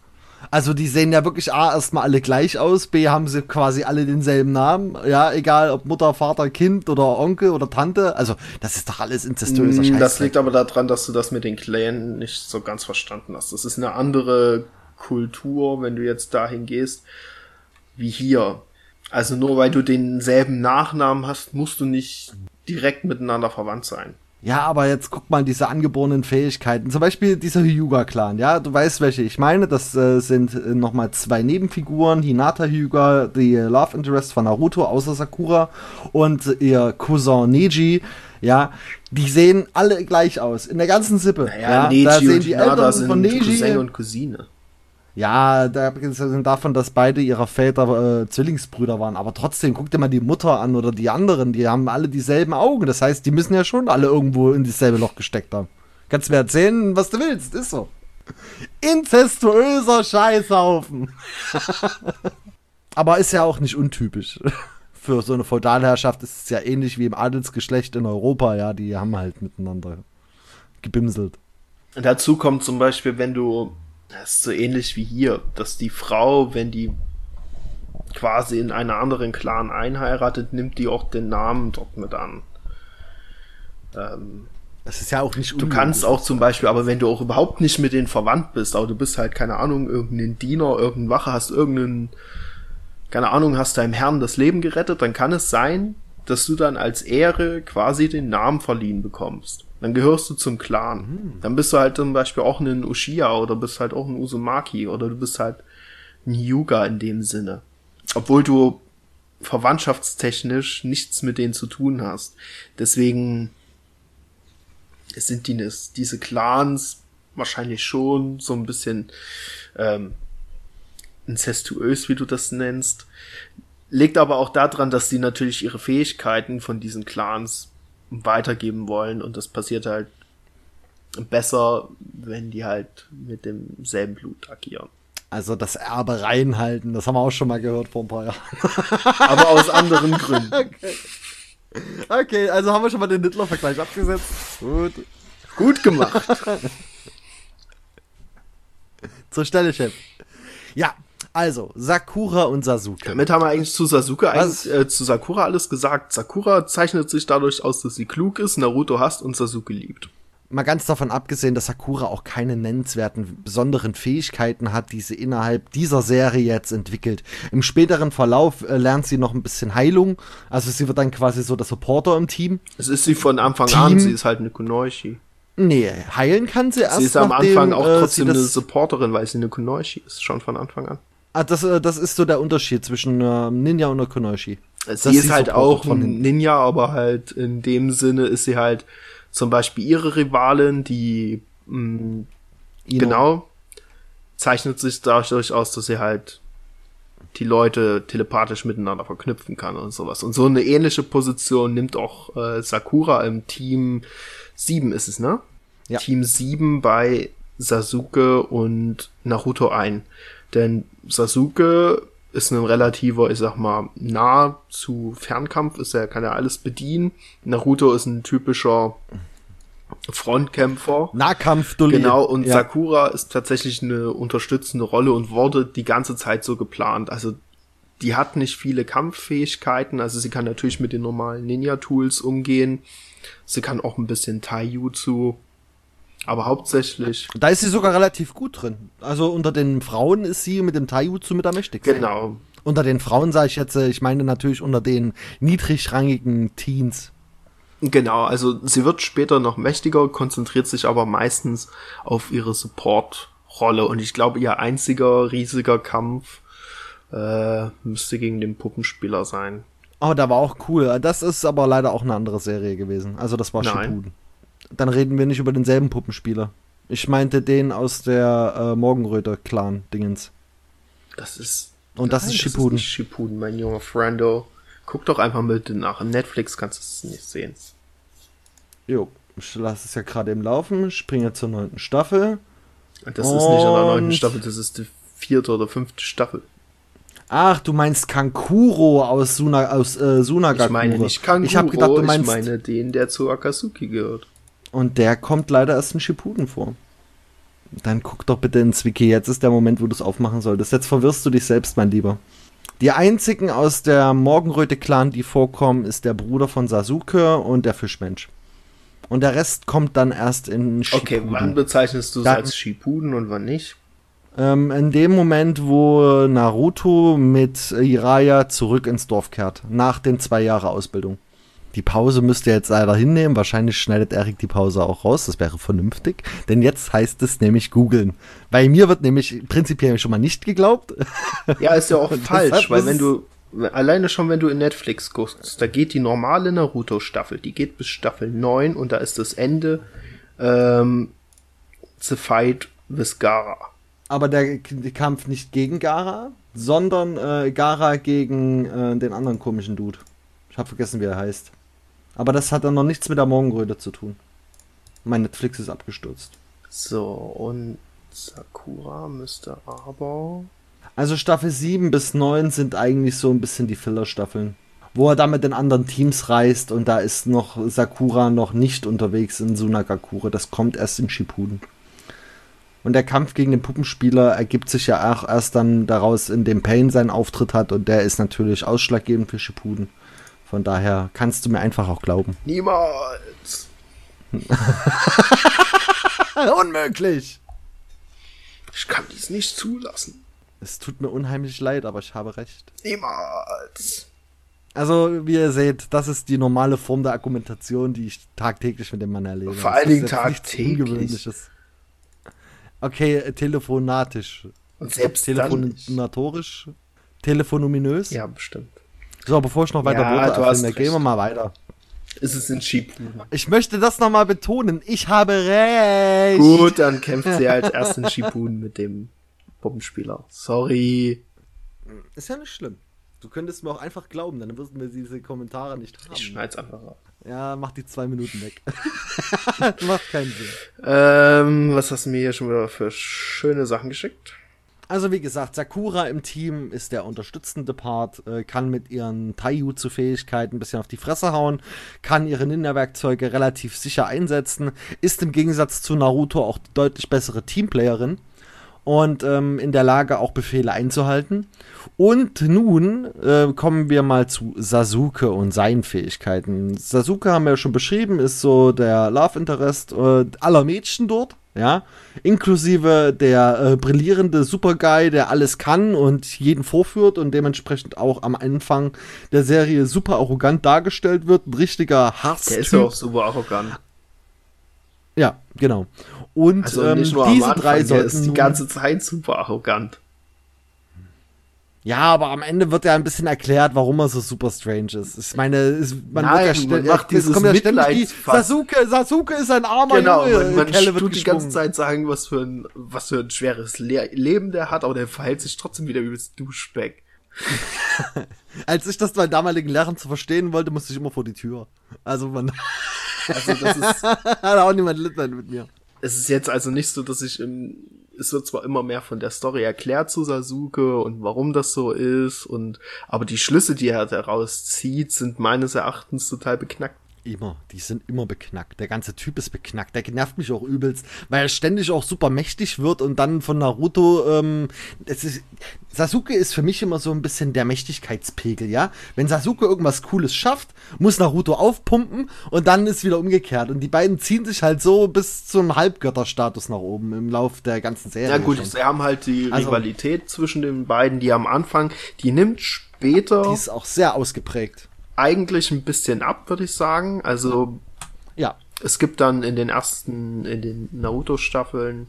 S3: Also die sehen ja wirklich A, erstmal alle gleich aus, B, haben sie quasi alle denselben Namen, ja, egal ob Mutter, Vater, Kind oder Onkel oder Tante, also das ist doch alles inzestuöser Scheiß.
S1: Das liegt aber daran, dass du das mit den Clan nicht so ganz verstanden hast. Das ist eine andere Kultur, wenn du jetzt dahin gehst, wie hier. Also nur weil du denselben Nachnamen hast, musst du nicht direkt miteinander verwandt sein.
S3: Ja, aber jetzt guck mal diese angeborenen Fähigkeiten. Zum Beispiel dieser Hyuga-Clan, ja, du weißt, welche ich meine. Das sind nochmal 2 Nebenfiguren. Hinata Hyuga, die Love Interest von Naruto, außer Sakura. Und ihr Cousin Neji, ja, die sehen alle gleich aus. In der ganzen Sippe.
S1: Naja,
S3: ja,
S1: Neji
S3: da sehen
S1: und
S3: die
S1: Hinata
S3: Eltern
S1: sind
S3: von Neji.
S1: Cousin und Cousine.
S3: Ja, da abgesehen davon, dass beide ihrer Väter Zwillingsbrüder waren. Aber trotzdem, guck dir mal die Mutter an oder die anderen. Die haben alle dieselben Augen. Das heißt, die müssen ja schon alle irgendwo in dasselbe Loch gesteckt haben. Kannst mir erzählen, was du willst. Ist so. Inzestuöser Scheißhaufen. Aber ist ja auch nicht untypisch. Für so eine Feudalherrschaft ist es ja ähnlich wie im Adelsgeschlecht in Europa. Ja, die haben halt miteinander gebimselt.
S1: Und dazu kommt zum Beispiel, wenn du... Das ist so ähnlich wie hier, dass die Frau, wenn die quasi in einen anderen Clan einheiratet, nimmt die auch den Namen dort mit an.
S3: Das ist ja auch nicht
S1: Du kannst auch zum Beispiel, aber wenn du auch überhaupt nicht mit denen verwandt bist, aber du bist halt, keine Ahnung, irgendein Diener, irgendein Wache, hast keine Ahnung, hast deinem Herrn das Leben gerettet, dann kann es sein, dass du dann als Ehre quasi den Namen verliehen bekommst. Dann gehörst du zum Clan. Dann bist du halt zum Beispiel auch ein Uchiha oder bist halt auch ein Uzumaki oder du bist halt ein Hyuga in dem Sinne. Obwohl du verwandtschaftstechnisch nichts mit denen zu tun hast. Deswegen sind diese Clans wahrscheinlich schon so ein bisschen inzestuös, wie du das nennst. Liegt aber auch daran, dass die natürlich ihre Fähigkeiten von diesen Clans weitergeben wollen und das passiert halt besser, wenn die halt mit demselben Blut agieren.
S3: Also das Erbe reinhalten, das haben wir auch schon mal gehört vor ein paar Jahren.
S1: Aber aus anderen Gründen.
S3: Okay, also haben wir schon mal den Nittler-Vergleich abgesetzt.
S1: Gut gemacht.
S3: Zur Stelle, Chef. Ja, also Sakura und Sasuke.
S1: Damit haben wir eigentlich zu Sakura alles gesagt. Sakura zeichnet sich dadurch aus, dass sie klug ist, Naruto hasst und Sasuke liebt.
S3: Mal ganz davon abgesehen, dass Sakura auch keine nennenswerten besonderen Fähigkeiten hat, die sie innerhalb dieser Serie jetzt entwickelt. Im späteren Verlauf lernt sie noch ein bisschen Heilung. Also sie wird dann quasi so der Supporter im Team.
S1: Es ist sie von Anfang an, sie ist halt eine Kunoichi.
S3: Nee, heilen kann sie erst.
S1: Sie ist am Anfang auch trotzdem eine Supporterin, weil sie eine Kunoichi ist, schon von Anfang an.
S3: Ah, das ist so der Unterschied zwischen Ninja und einer Kunoichi.
S1: Sie ist halt auch ein Ninja, aber halt in dem Sinne ist sie halt zum Beispiel ihre Rivalin, die genau zeichnet sich dadurch aus, dass sie halt die Leute telepathisch miteinander verknüpfen kann und sowas. Und so eine ähnliche Position nimmt auch Sakura im Team 7 ist es, ne?
S3: Ja.
S1: Team 7 bei Sasuke und Naruto ein. Denn Sasuke ist ein relativer, ich sag mal, nah zu Fernkampf, kann ja alles bedienen. Naruto ist ein typischer Frontkämpfer.
S3: Nahkampf-Dulli.
S1: Genau, und ja. Sakura ist tatsächlich eine unterstützende Rolle und wurde die ganze Zeit so geplant. Also die hat nicht viele Kampffähigkeiten, also sie kann natürlich mit den normalen Ninja-Tools umgehen. Sie kann auch ein bisschen Taijutsu. Aber hauptsächlich...
S3: Da ist sie sogar relativ gut drin. Also unter den Frauen ist sie mit dem Taijutsu mit der mächtigsten.
S1: Genau.
S3: Unter den Frauen sage ich jetzt, ich meine natürlich unter den niedrigrangigen Teens.
S1: Genau, also sie wird später noch mächtiger, konzentriert sich aber meistens auf ihre Support-Rolle. Und ich glaube, ihr einziger riesiger Kampf müsste gegen den Puppenspieler sein.
S3: Oh, der war auch cool. Das ist aber leider auch eine andere Serie gewesen. Also das war Shippuden. Dann reden wir nicht über denselben Puppenspieler. Ich meinte den aus der Morgenröter-Clan-Dingens.
S1: Das ist...
S3: Und das ist Shippuden.
S1: Das ist nicht Shippuden, mein junger Friendo. Guck doch einfach mit nach. In Netflix kannst du es nicht sehen.
S3: Jo, ich lasse es ja gerade im Laufen. Springe zur 9. Staffel.
S1: Das ist nicht in der 9. Staffel, das ist die 4. oder 5. Staffel.
S3: Ach, du meinst Kankuro aus Sunagakure.
S1: Ich meine nicht Kankuro,
S3: ich habe gedacht, du meinst...
S1: Ich meine den, der zu Akatsuki gehört.
S3: Und der kommt leider erst in Shippuden vor. Dann guck doch bitte ins Wiki. Jetzt ist der Moment, wo du es aufmachen solltest. Jetzt verwirrst du dich selbst, mein Lieber. Die einzigen aus der Morgenröte-Clan, die vorkommen, ist der Bruder von Sasuke und der Fischmensch. Und der Rest kommt dann erst in Shippuden.
S1: Okay, wann bezeichnest du es als Shippuden und wann nicht?
S3: In dem Moment, wo Naruto mit Jiraiya zurück ins Dorf kehrt. Nach den 2 Jahren Ausbildung. Die Pause müsst ihr jetzt leider hinnehmen. Wahrscheinlich schneidet Erik die Pause auch raus. Das wäre vernünftig. Denn jetzt heißt es nämlich googeln. Bei mir wird nämlich prinzipiell schon mal nicht geglaubt.
S1: Ja, ist ja auch falsch, weil alleine schon, wenn du in Netflix guckst, da geht die normale Naruto-Staffel, die geht bis Staffel 9 und da ist das Ende The Fight with Gaara.
S3: Aber der Kampf nicht gegen Gaara, sondern Gaara gegen den anderen komischen Dude. Ich habe vergessen, wie er heißt. Aber das hat dann noch nichts mit der Morgenröte zu tun. Mein Netflix ist abgestürzt.
S1: So, und Sakura müsste aber...
S3: Also Staffel 7 bis 9 sind eigentlich so ein bisschen die Filler-Staffeln. Wo er da mit den anderen Teams reist und da ist noch Sakura noch nicht unterwegs in Sunagakure. Das kommt erst in Shippuden. Und der Kampf gegen den Puppenspieler ergibt sich ja auch erst dann daraus, indem Pain seinen Auftritt hat und der ist natürlich ausschlaggebend für Shippuden. Von daher kannst du mir einfach auch glauben.
S1: Niemals!
S3: Unmöglich!
S1: Ich kann dies nicht zulassen.
S3: Es tut mir unheimlich leid, aber ich habe recht.
S1: Niemals!
S3: Also, wie ihr seht, das ist die normale Form der Argumentation, die ich tagtäglich mit dem Mann erlebe.
S1: Vor allen Dingen
S3: tagtäglich. Okay, telefonatisch.
S1: Und selbst
S3: telefonatorisch? Telefonominös?
S1: Ja, bestimmt.
S3: So, bevor ich noch weiter Worte erfinde, gehen wir mal weiter.
S1: Ist es in Shippuden?
S3: Ich möchte das nochmal betonen. Ich habe recht.
S1: Gut, dann kämpft sie als erst in Shippuden mit dem Puppenspieler. Sorry.
S3: Ist ja nicht schlimm. Du könntest mir auch einfach glauben, dann würden wir diese Kommentare nicht haben.
S1: Ich schneid's einfach ab.
S3: Ja, mach die 2 Minuten weg. Macht keinen Sinn.
S1: Was hast du mir hier schon wieder für schöne Sachen geschickt?
S3: Also wie gesagt, Sakura im Team ist der unterstützende Part, kann mit ihren Taijutsu-Fähigkeiten ein bisschen auf die Fresse hauen, kann ihre Ninja-Werkzeuge relativ sicher einsetzen, ist im Gegensatz zu Naruto auch die deutlich bessere Teamplayerin und in der Lage, auch Befehle einzuhalten. Und nun kommen wir mal zu Sasuke und seinen Fähigkeiten. Sasuke haben wir ja schon beschrieben, ist so der Love Interest aller Mädchen dort. Ja, inklusive der brillierende Superguy, der alles kann und jeden vorführt und dementsprechend auch am Anfang der Serie super arrogant dargestellt wird. Ein richtiger Hasstyp.
S1: Der ist ja auch super arrogant.
S3: Ja, genau. Und
S1: also nicht nur
S3: diese
S1: am Anfang,
S3: drei sollten
S1: der ist die ganze Zeit super arrogant.
S3: Ja, aber am Ende wird ja ein bisschen erklärt, warum er so super strange ist. Ich meine, man macht dieses
S1: Mitleidsfass.
S3: Sasuke ist ein armer
S1: Junge.
S3: Junge.
S1: Man tut die ganze Zeit sagen, was für ein schweres Leben der hat, aber der verhält sich trotzdem wieder wie das Duschbeck.
S3: Als ich das bei damaligen Lehrern zu verstehen wollte, musste ich immer vor die Tür. Also
S1: das ist...
S3: hat auch niemand Mitleid mit mir.
S1: Es ist jetzt also nicht so, dass es wird zwar immer mehr von der Story erklärt zu Sasuke und warum das so ist aber die Schlüsse, die er daraus zieht, sind meines Erachtens total beknackt.
S3: Die sind immer beknackt. Der ganze Typ ist beknackt. Der nervt mich auch übelst, weil er ständig auch super mächtig wird und dann von Naruto, Sasuke ist für mich immer so ein bisschen der Mächtigkeitspegel, ja? Wenn Sasuke irgendwas Cooles schafft, muss Naruto aufpumpen und dann ist wieder umgekehrt. Und die beiden ziehen sich halt so bis zum Halbgötterstatus nach oben im Lauf der ganzen Serie.
S1: Ja gut, sie haben halt die Rivalität zwischen den beiden, die am Anfang, die nimmt später...
S3: Die ist auch sehr ausgeprägt.
S1: Eigentlich ein bisschen ab, würde ich sagen. Also,
S3: ja.
S1: Es gibt dann in den Naruto-Staffeln,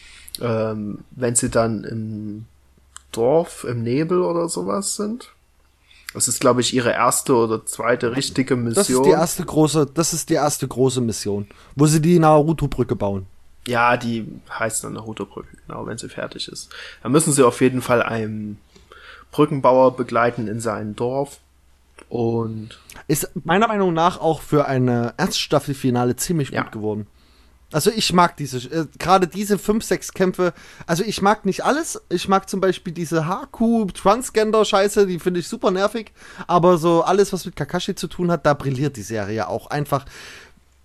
S1: wenn sie dann im Dorf, im Nebel oder sowas sind. Das ist, glaube ich, ihre erste oder zweite richtige Mission.
S3: Das ist die erste große Mission, wo sie die Naruto-Brücke bauen.
S1: Ja, die heißt dann Naruto-Brücke, genau, wenn sie fertig ist. Da müssen sie auf jeden Fall einen Brückenbauer begleiten in sein Dorf. Und
S3: ist meiner Meinung nach auch für eine Erststaffelfinale ziemlich gut geworden. Also ich mag gerade diese 5, 6 Kämpfe, also ich mag nicht alles, ich mag zum Beispiel diese Haku-Transgender-Scheiße, die finde ich super nervig, aber so alles, was mit Kakashi zu tun hat, da brilliert die Serie auch einfach.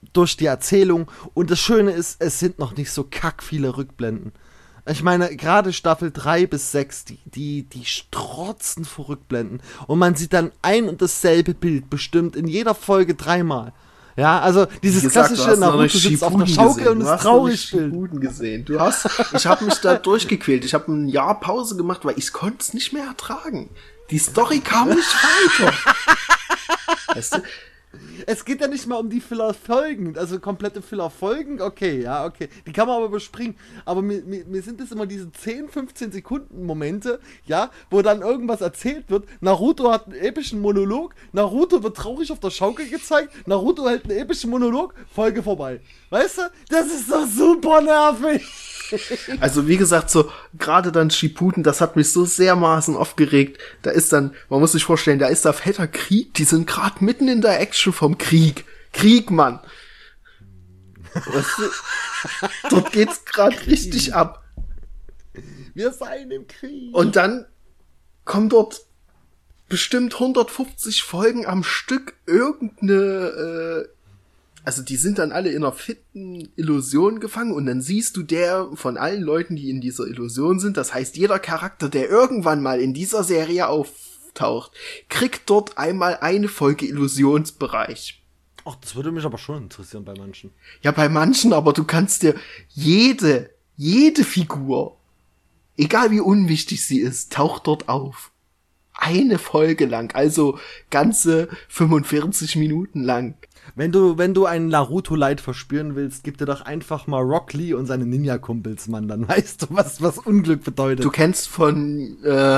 S3: durch die Erzählung. Und das Schöne ist, es sind noch nicht so kack viele Rückblenden. Ich meine, gerade Staffel 3 bis 6, die strotzen vor Rückblenden. Und man sieht dann ein und dasselbe Bild bestimmt in jeder Folge 3-mal. Ja, also dieses klassische Naruto sitzt auf der Schaukel und ist traurig.
S1: Gesehen. Ich habe mich da durchgequält. Ich habe ein Jahr Pause gemacht, weil ich konnte es nicht mehr ertragen. Die Story kam nicht weiter. Weißt du?
S3: Es geht ja nicht mal um die Filler-Folgen, also komplette Filler-Folgen, okay, die kann man aber überspringen, aber mir sind das immer diese 10, 15 Sekunden Momente, ja, wo dann irgendwas erzählt wird, Naruto hat einen epischen Monolog, Naruto wird traurig auf der Schaukel gezeigt, Naruto hält einen epischen Monolog, Folge vorbei, weißt du, das ist doch super nervig.
S1: Also wie gesagt, so gerade dann Shippuden, das hat mich so sehr aufgeregt. Da ist dann, man muss sich vorstellen, da ist da fetter Krieg, die sind gerade mitten in der Action vom Krieg. Krieg, Mann. Weißt du, dort geht's gerade richtig ab.
S3: Wir seien im Krieg.
S1: Und dann kommen dort bestimmt 150 Folgen am Stück irgendeine also die sind dann alle in einer fitten Illusion gefangen und dann siehst du der von allen Leuten, die in dieser Illusion sind, das heißt jeder Charakter, der irgendwann mal in dieser Serie auftaucht, kriegt dort einmal eine Folge Illusionsbereich.
S3: Ach, das würde mich aber schon interessieren bei manchen.
S1: Ja, bei manchen, aber du kannst dir jede Figur, egal wie unwichtig sie ist, taucht dort auf. Eine Folge lang, also ganze 45 Minuten lang.
S3: Wenn du einen Naruto-Light verspüren willst, gib dir doch einfach mal Rock Lee und seine Ninja-Kumpels, Mann. Dann weißt du, was Unglück bedeutet.
S1: Du kennst von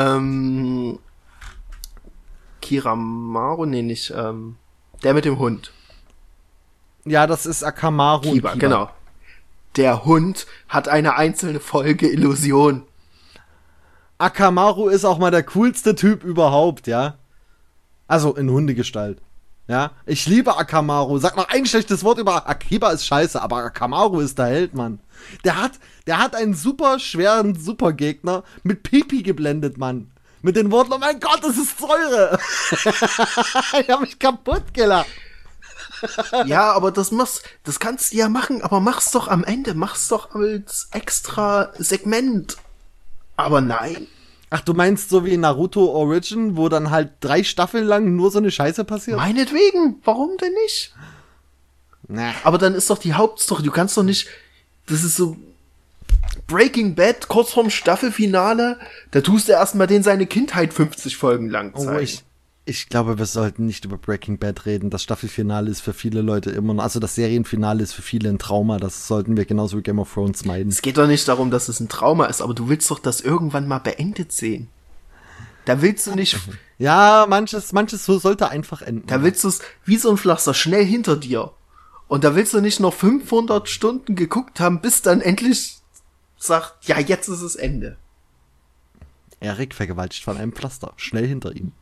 S1: Kiramaru? Nee, nicht. Der mit dem Hund.
S3: Ja, das ist Akamaru.
S1: Kiba, genau. Der Hund hat eine einzelne Folge Illusion.
S3: Akamaru ist auch mal der coolste Typ überhaupt, ja? Also in Hundegestalt. Ja, ich liebe Akamaru. Sag noch ein schlechtes Wort über Akiba ist scheiße, aber Akamaru ist der Held, Mann. Der hat einen super schweren Supergegner mit Pipi geblendet, Mann. Mit den Worten, oh mein Gott, das ist Säure. Ich hab mich kaputt gelacht.
S1: Ja, aber das kannst du ja machen, aber mach's doch am Ende, mach's doch als extra Segment. Aber nein.
S3: Ach, du meinst so wie Naruto Origin, wo dann halt 3 Staffeln lang nur so eine Scheiße passiert?
S1: Meinetwegen, warum denn nicht?
S3: Na.
S1: Aber dann ist doch die Hauptstory, du kannst doch nicht, das ist so Breaking Bad, kurz vorm Staffelfinale, da tust du erstmal den seine Kindheit 50 Folgen lang zeigen.
S3: Oh, ich glaube, wir sollten nicht über Breaking Bad reden. Das Staffelfinale ist für viele Leute immer noch, also das Serienfinale ist für viele ein Trauma. Das sollten wir genauso wie Game of Thrones meiden.
S1: Es geht doch nicht darum, dass es ein Trauma ist, aber du willst doch das irgendwann mal beendet sehen. Da willst du nicht...
S3: Ja, manches so sollte einfach enden.
S1: Da willst du es wie so ein Pflaster schnell hinter dir. Und da willst du nicht noch 500 Stunden geguckt haben, bis dann endlich sagt, ja, jetzt ist es Ende.
S3: Erik vergewaltigt von einem Pflaster, schnell hinter ihm.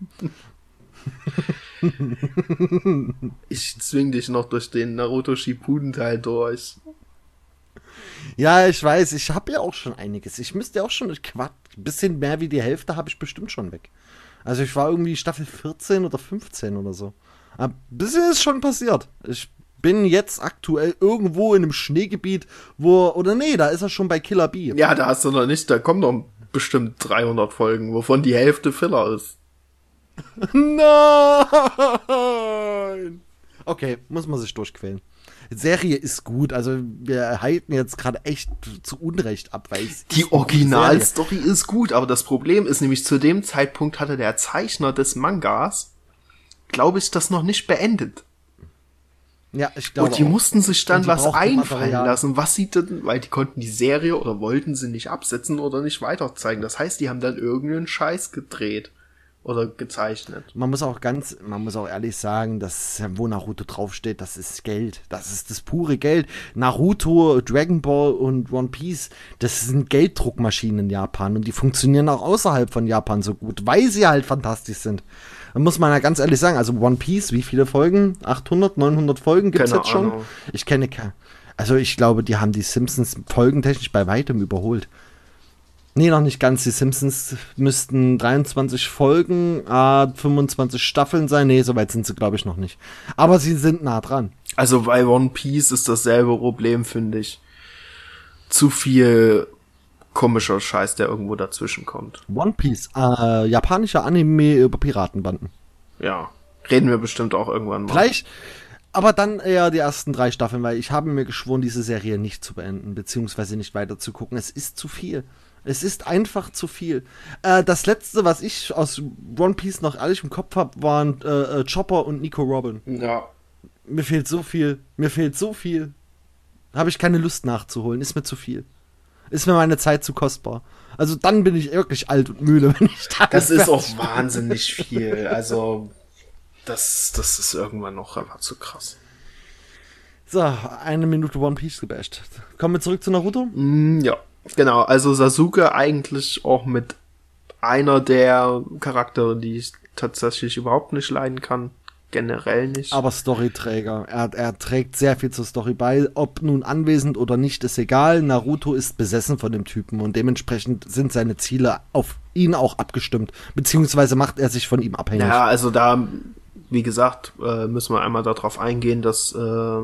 S1: Ich zwing dich noch durch den Naruto Shippuden Teil durch.
S3: Ja, ich weiß, ich habe ja auch schon einiges. Ich müsste ja auch schon, ein bisschen mehr wie die Hälfte habe ich bestimmt schon weg. Also ich war irgendwie Staffel 14 oder 15 oder so. Aber ein bisschen ist schon passiert. Ich bin jetzt aktuell irgendwo in einem Schneegebiet, da ist er schon bei Killer Bee.
S1: Ja, da hast du noch nicht, da kommen noch bestimmt 300 Folgen, wovon die Hälfte Filler ist.
S3: Nein! Okay, muss man sich durchquälen. Die Serie ist gut, also wir halten jetzt gerade echt zu Unrecht ab, weil
S1: die Originalstory ist gut, aber das Problem ist nämlich, zu dem Zeitpunkt hatte der Zeichner des Mangas, glaube ich, das noch nicht beendet.
S3: Ja, ich glaube.
S1: Und die mussten sich dann was einfallen lassen, was sie denn, weil die konnten die Serie oder wollten sie nicht absetzen oder nicht weiterzeigen. Das heißt, die haben dann irgendeinen Scheiß gedreht. Oder gezeichnet.
S3: Man muss auch ehrlich sagen, dass wo Naruto draufsteht, das ist Geld. Das ist das pure Geld. Naruto, Dragon Ball und One Piece, das sind Gelddruckmaschinen in Japan und die funktionieren auch außerhalb von Japan so gut, weil sie halt fantastisch sind. Da muss man ja ganz ehrlich sagen, also One Piece, wie viele Folgen? 800, 900 Folgen gibt's jetzt schon? Ich kenne keine. Also ich glaube, die haben die Simpsons folgentechnisch bei weitem überholt. Nee, noch nicht ganz. Die Simpsons müssten 23 Folgen, 25 Staffeln sein. Nee, soweit sind sie, glaube ich, noch nicht. Aber sie sind nah dran.
S1: Also bei One Piece ist dasselbe Problem, finde ich. Zu viel komischer Scheiß, der irgendwo dazwischen kommt.
S3: One Piece, japanischer Anime über Piratenbanden.
S1: Ja, reden wir bestimmt auch irgendwann mal.
S3: Vielleicht, aber dann eher die ersten 3 Staffeln, weil ich habe mir geschworen, diese Serie nicht zu beenden, beziehungsweise nicht weiter zu gucken. Es ist zu viel. Es ist einfach zu viel. Das letzte, was ich aus One Piece noch ehrlich im Kopf habe, waren Chopper und Nico Robin.
S1: Ja.
S3: Mir fehlt so viel. Habe ich keine Lust nachzuholen. Ist mir zu viel. Ist mir meine Zeit zu kostbar. Also dann bin ich wirklich alt und müde, wenn ich da
S1: Das ist auch wahnsinnig viel. Also, das ist irgendwann noch einfach zu krass.
S3: So, 1 Minute One Piece gebasht. Kommen wir zurück zu Naruto?
S1: Ja, genau. Also Sasuke eigentlich auch mit einer der Charaktere, die ich tatsächlich überhaupt nicht leiden kann. Generell nicht.
S3: Aber Storyträger. Er trägt sehr viel zur Story bei. Ob nun anwesend oder nicht, ist egal. Naruto ist besessen von dem Typen und dementsprechend sind seine Ziele auf ihn auch abgestimmt. Beziehungsweise macht er sich von ihm abhängig.
S1: Ja, also da, wie gesagt, müssen wir einmal darauf eingehen, dass,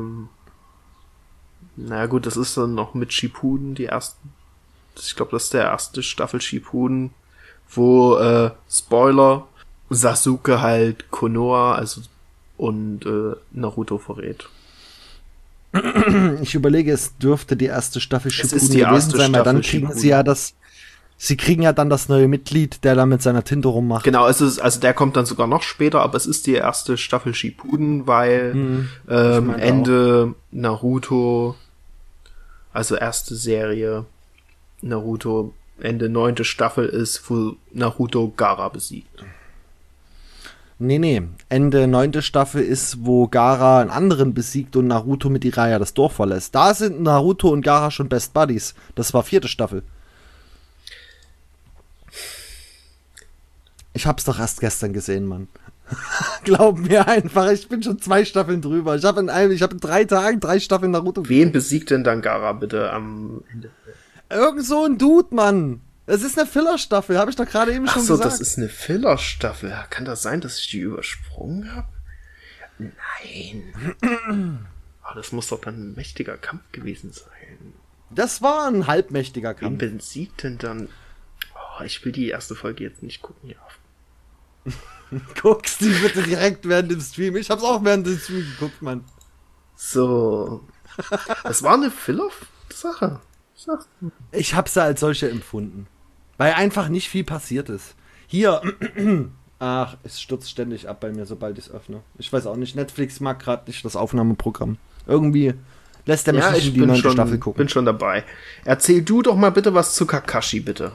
S1: naja gut, das ist dann noch mit Shippuden die ersten, ich glaube, das ist der erste Staffel Shippuden, wo, Spoiler, Sasuke halt Konoha, also und Naruto verrät.
S3: Ich überlege, es dürfte die erste Staffel
S1: Shippuden gewesen sein, weil
S3: dann kriegen sie ja sie kriegen ja dann das neue Mitglied, der da mit seiner Tinte rummacht.
S1: Genau, also der kommt dann sogar noch später, aber es ist die erste Staffel Shippuden, weil Ende auch. Naruto, also erste Serie Naruto, Ende 9. Staffel ist, wo Naruto Gaara besiegt.
S3: Nee. Ende 9. Staffel ist, wo Gaara einen anderen besiegt und Naruto mit Jiraiya das Dorf verlässt. Da sind Naruto und Gaara schon Best Buddies. Das war 4. Staffel. Ich hab's doch erst gestern gesehen, Mann. Glaub mir einfach, ich bin schon 2 Staffeln drüber. Ich habe in 3 Tagen 3 Staffeln Naruto.
S1: Wen besiegt denn dann Gaara bitte am Ende?
S3: Irgend so ein Dude, Mann. Es ist eine Filler-Staffel, habe ich doch gerade eben schon gesagt.
S1: Ach so, das ist eine Filler-Staffel. Kann das sein, dass ich die übersprungen habe? Nein. Oh, das muss doch dann ein mächtiger Kampf gewesen sein.
S3: Das war ein halbmächtiger Kampf.
S1: Wen besiegt denn dann? Oh, ich will die erste Folge jetzt nicht gucken. Ja.
S3: Guckst die bitte direkt während dem Stream. Ich hab's auch während dem Stream geguckt, Mann.
S1: So. Das war eine Filler-Sache.
S3: Ich hab's ja als solche empfunden. Weil einfach nicht viel passiert ist. Hier, ach, es stürzt ständig ab bei mir, sobald ich es öffne. Ich weiß auch nicht, Netflix mag gerade nicht das Aufnahmeprogramm. Irgendwie lässt er mich nicht in die 9. Staffel gucken.
S1: Bin schon dabei. Erzähl du doch mal bitte was zu Kakashi, bitte.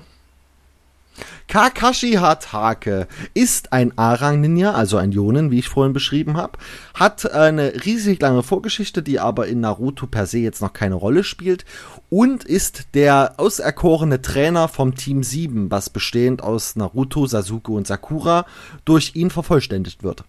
S3: Kakashi Hatake ist ein A-Rang-Ninja, also ein Jonin, wie ich vorhin beschrieben habe, hat eine riesig lange Vorgeschichte, die aber in Naruto per se jetzt noch keine Rolle spielt und ist der auserkorene Trainer vom Team 7, was bestehend aus Naruto, Sasuke und Sakura durch ihn vervollständigt wird.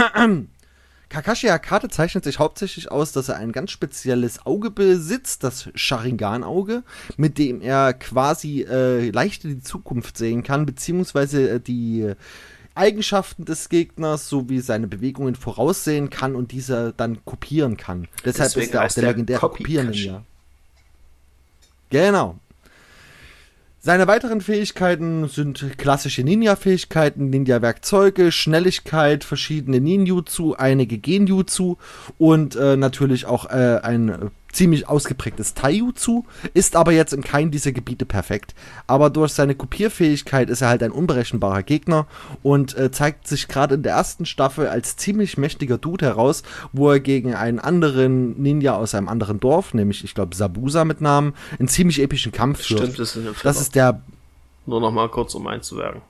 S3: Kakashi Hatake zeichnet sich hauptsächlich aus, dass er ein ganz spezielles Auge besitzt, das Sharingan-Auge, mit dem er quasi leicht in die Zukunft sehen kann, beziehungsweise die Eigenschaften des Gegners sowie seine Bewegungen voraussehen kann und diese dann kopieren kann. Deshalb
S1: Deswegen
S3: ist er auch der legendäre Kopier-Ninja. Genau. Seine weiteren Fähigkeiten sind klassische Ninja-Fähigkeiten, Ninja-Werkzeuge, Schnelligkeit, verschiedene Ninjutsu, einige Genjutsu und natürlich auch ein ziemlich ausgeprägtes Taijutsu, ist aber jetzt in keinem dieser Gebiete perfekt. Aber durch seine Kopierfähigkeit ist er halt ein unberechenbarer Gegner und zeigt sich gerade in der ersten Staffel als ziemlich mächtiger Dude heraus, wo er gegen einen anderen Ninja aus einem anderen Dorf, nämlich ich glaube Zabuza mit Namen, einen ziemlich epischen Kampf führt.
S1: Stimmt,
S3: das ist der...
S1: Nur noch mal kurz, um einzuwerken.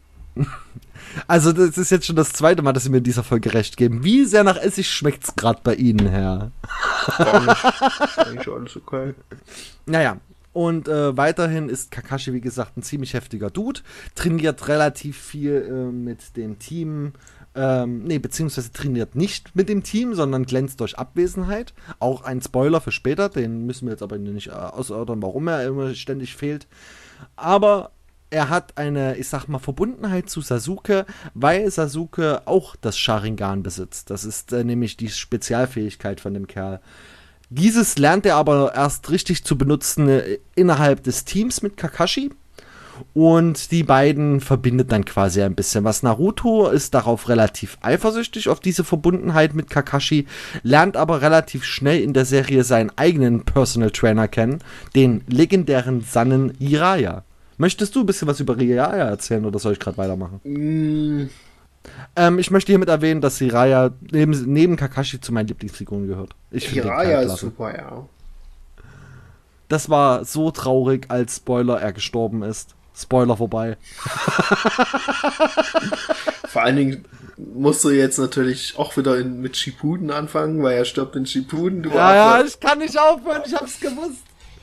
S3: Also das ist jetzt schon das 2. Mal, dass Sie mir in dieser Folge recht geben. Wie sehr nach Essig schmeckt's gerade bei Ihnen, Herr?
S1: Gar nicht. Ist eigentlich alles okay.
S3: Naja, und weiterhin ist Kakashi, wie gesagt, ein ziemlich heftiger Dude. Trainiert relativ viel mit dem Team. Beziehungsweise trainiert nicht mit dem Team, sondern glänzt durch Abwesenheit. Auch ein Spoiler für später, den müssen wir jetzt aber nicht ausordnen, warum er immer ständig fehlt. Aber er hat eine, ich sag mal, Verbundenheit zu Sasuke, weil Sasuke auch das Sharingan besitzt. Das ist nämlich die Spezialfähigkeit von dem Kerl. Dieses lernt er aber erst richtig zu benutzen innerhalb des Teams mit Kakashi. Und die beiden verbindet dann quasi ein bisschen was. Naruto ist darauf relativ eifersüchtig, auf diese Verbundenheit mit Kakashi, lernt aber relativ schnell in der Serie seinen eigenen Personal Trainer kennen, den legendären Sannen Jiraiya. Möchtest du ein bisschen was über Jiraiya erzählen oder soll ich gerade weitermachen? Ich möchte hiermit erwähnen, dass Jiraiya neben Kakashi zu meinen Lieblingsfiguren gehört. Ich finde
S1: Jiraiya ist super, ja.
S3: Das war so traurig, als Spoiler er gestorben ist. Spoiler vorbei.
S1: Vor allen Dingen musst du jetzt natürlich auch wieder mit Shippuden anfangen, weil er stirbt in Shippuden.
S3: Ja, ich kann nicht aufhören, ich hab's gewusst.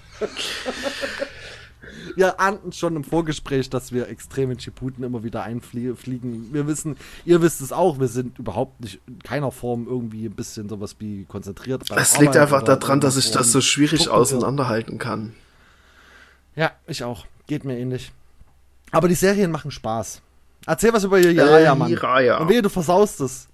S3: Wir ahnten schon im Vorgespräch, dass wir extrem in Shippuden immer wieder einfliegen. Ihr wisst es auch, wir sind überhaupt nicht in keiner Form irgendwie ein bisschen sowas wie konzentriert.
S1: Es liegt einfach daran, dass ich das so schwierig auseinanderhalten kann.
S3: Ja, ich auch. Geht mir ähnlich. Aber die Serien machen Spaß. Erzähl was über Jiraiya, Mann.
S1: Jiraiya.
S3: Und wehe, du versaust es.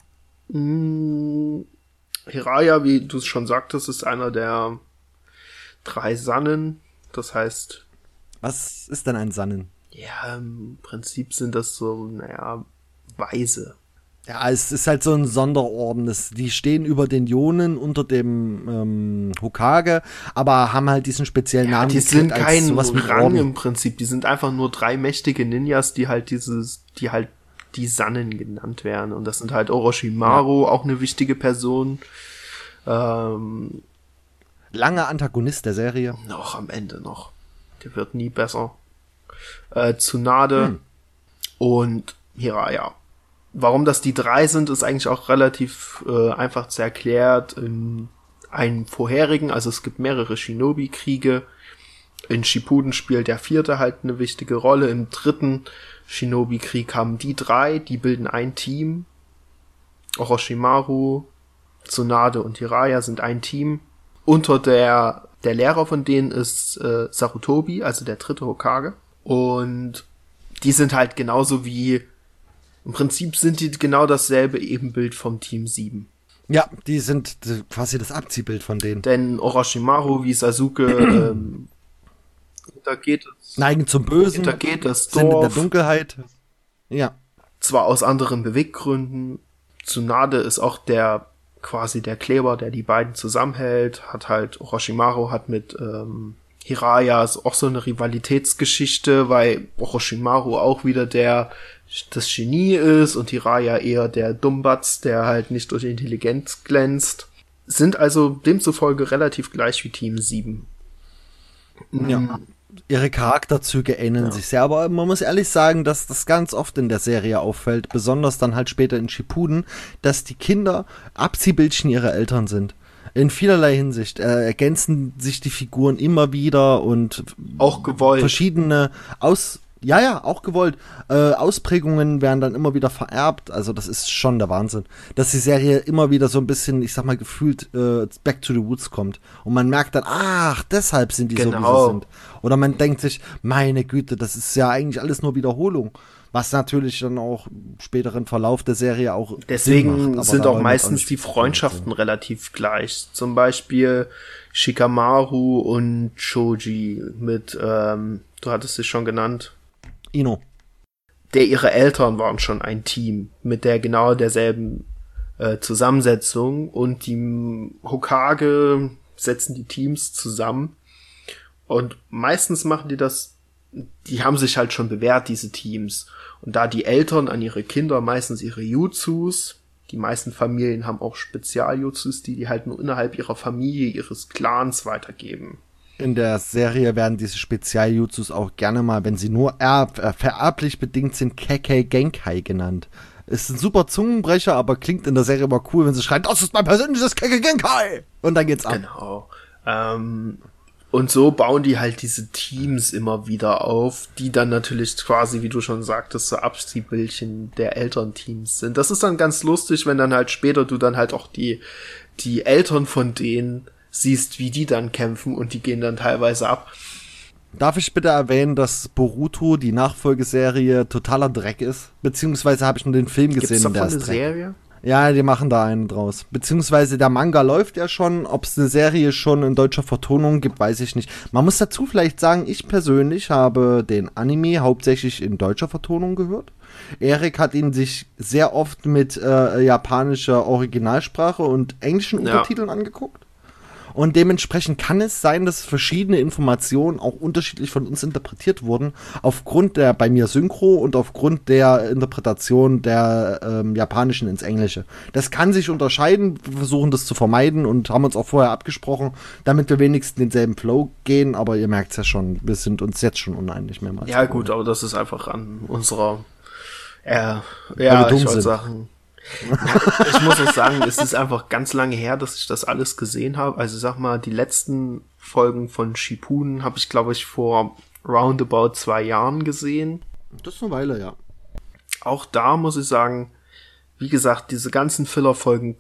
S1: Jiraiya, wie du es schon sagtest, ist einer der 3 Sannen. Das heißt...
S3: Was ist denn ein Sannen?
S1: Ja, im Prinzip sind das so, Weise.
S3: Ja, es ist halt so ein Sonderorden. Die stehen über den Jonen unter dem Hokage, aber haben halt diesen speziellen Namen.
S1: Die sind kein Rang im Prinzip. Die sind einfach nur 3 mächtige Ninjas, die halt die Sannen genannt werden. Und das sind halt Orochimaru, auch eine wichtige Person.
S3: Lange Antagonist der Serie.
S1: Noch am Ende noch. Der wird nie besser. Tsunade und Jiraiya. Warum das die 3 sind, ist eigentlich auch relativ einfach zu erklären. In einem vorherigen, also es gibt mehrere Shinobi-Kriege. In Shippuden spielt der 4. halt eine wichtige Rolle. Im 3. Shinobi-Krieg haben die 3, die bilden ein Team. Orochimaru, Tsunade und Jiraiya sind ein Team. Unter der Lehrer von denen ist Sarutobi, also der 3. Hokage. Und die sind halt genauso wie... Im Prinzip sind die genau dasselbe Ebenbild vom Team 7.
S3: Ja, die sind quasi das Abziehbild von denen.
S1: Denn Orochimaru wie Sasuke hintergeht es.
S3: Neigen zum Bösen.
S1: Hintergeht das Dorf.
S3: Sind in der Dunkelheit. Ja.
S1: Zwar aus anderen Beweggründen. Tsunade ist auch quasi der Kleber, der die beiden zusammenhält. Orochimaru hat mit Jiraiya auch so eine Rivalitätsgeschichte, weil Orochimaru auch wieder das Genie ist und Jiraiya eher der Dummbatz, der halt nicht durch Intelligenz glänzt. Sind also demzufolge relativ gleich wie Team 7.
S3: Ja. Ihre Charakterzüge ähneln sich sehr, aber man muss ehrlich sagen, dass das ganz oft in der Serie auffällt, besonders dann halt später in Shippuden, dass die Kinder Abziehbildchen ihrer Eltern sind. In vielerlei Hinsicht ergänzen sich die Figuren immer wieder und
S1: auch gewollt.
S3: Verschiedene auch gewollt. Ausprägungen werden dann immer wieder vererbt. Also das ist schon der Wahnsinn. Dass die Serie immer wieder so ein bisschen, ich sag mal, gefühlt back to the woods kommt. Und man merkt dann, deshalb sind die so, wie sie sind. Oder man denkt sich, meine Güte, das ist ja eigentlich alles nur Wiederholung. Was natürlich dann auch im späteren Verlauf der Serie auch
S1: deswegen
S3: macht,
S1: sind auch meistens die Freundschaften relativ gleich. Zum Beispiel Shikamaru und Choji mit, du hattest es schon genannt,
S3: Ino.
S1: Ihre Eltern waren schon ein Team mit genau derselben Zusammensetzung und die Hokage setzen die Teams zusammen und meistens machen die haben sich halt schon bewährt, diese Teams. Und da die Eltern an ihre Kinder meistens ihre Jutsus, die meisten Familien haben auch Spezialjutsus, die halt nur innerhalb ihrer Familie, ihres Clans weitergeben.
S3: In der Serie werden diese Spezialjutsus auch gerne mal, wenn sie nur vererblich bedingt sind, Kekkei Genkai genannt. Ist ein super Zungenbrecher, aber klingt in der Serie immer cool, wenn sie schreien, das ist mein persönliches Kekkei Genkai! Und dann geht's ab.
S1: Genau. Und so bauen die halt diese Teams immer wieder auf, die dann natürlich quasi, wie du schon sagtest, so Abziehbildchen der Elternteams sind. Das ist dann ganz lustig, wenn dann halt später du dann halt auch die Eltern von denen siehst, wie die dann kämpfen und die gehen dann teilweise ab.
S3: Darf ich bitte erwähnen, dass Boruto, die Nachfolgeserie, totaler Dreck ist? Beziehungsweise habe ich nur den Film gesehen
S1: Gibt's
S3: und der
S1: davon
S3: ist
S1: eine
S3: Dreck.
S1: Serie?
S3: Ja, die machen da einen draus. Beziehungsweise der Manga läuft ja schon. Ob es eine Serie schon in deutscher Vertonung gibt, weiß ich nicht. Man muss dazu vielleicht sagen, ich persönlich habe den Anime hauptsächlich in deutscher Vertonung gehört. Erik hat ihn sich sehr oft mit japanischer Originalsprache und englischen
S1: Ja.
S3: Untertiteln angeguckt. Und dementsprechend kann es sein, dass verschiedene Informationen auch unterschiedlich von uns interpretiert wurden, aufgrund der bei mir Synchro und aufgrund der Interpretation der japanischen ins Englische. Das kann sich unterscheiden, wir versuchen das zu vermeiden und haben uns auch vorher abgesprochen, damit wir wenigstens denselben Flow gehen, aber ihr merkt es ja schon, wir sind uns jetzt schon uneinig mehrmals.
S1: Ja, gut, aber das ist einfach an unserer.
S3: wir
S1: Ja,
S3: dumm
S1: ich wollte
S3: sind.
S1: sagen. Ich muss auch sagen, es ist einfach ganz lange her, dass ich das alles gesehen habe. Also sag mal, die letzten Folgen von Shippuden habe ich, glaube ich, vor roundabout 2 Jahren gesehen.
S3: Das ist eine Weile, ja.
S1: Auch da muss ich sagen, wie gesagt, diese ganzen Filler-Folgen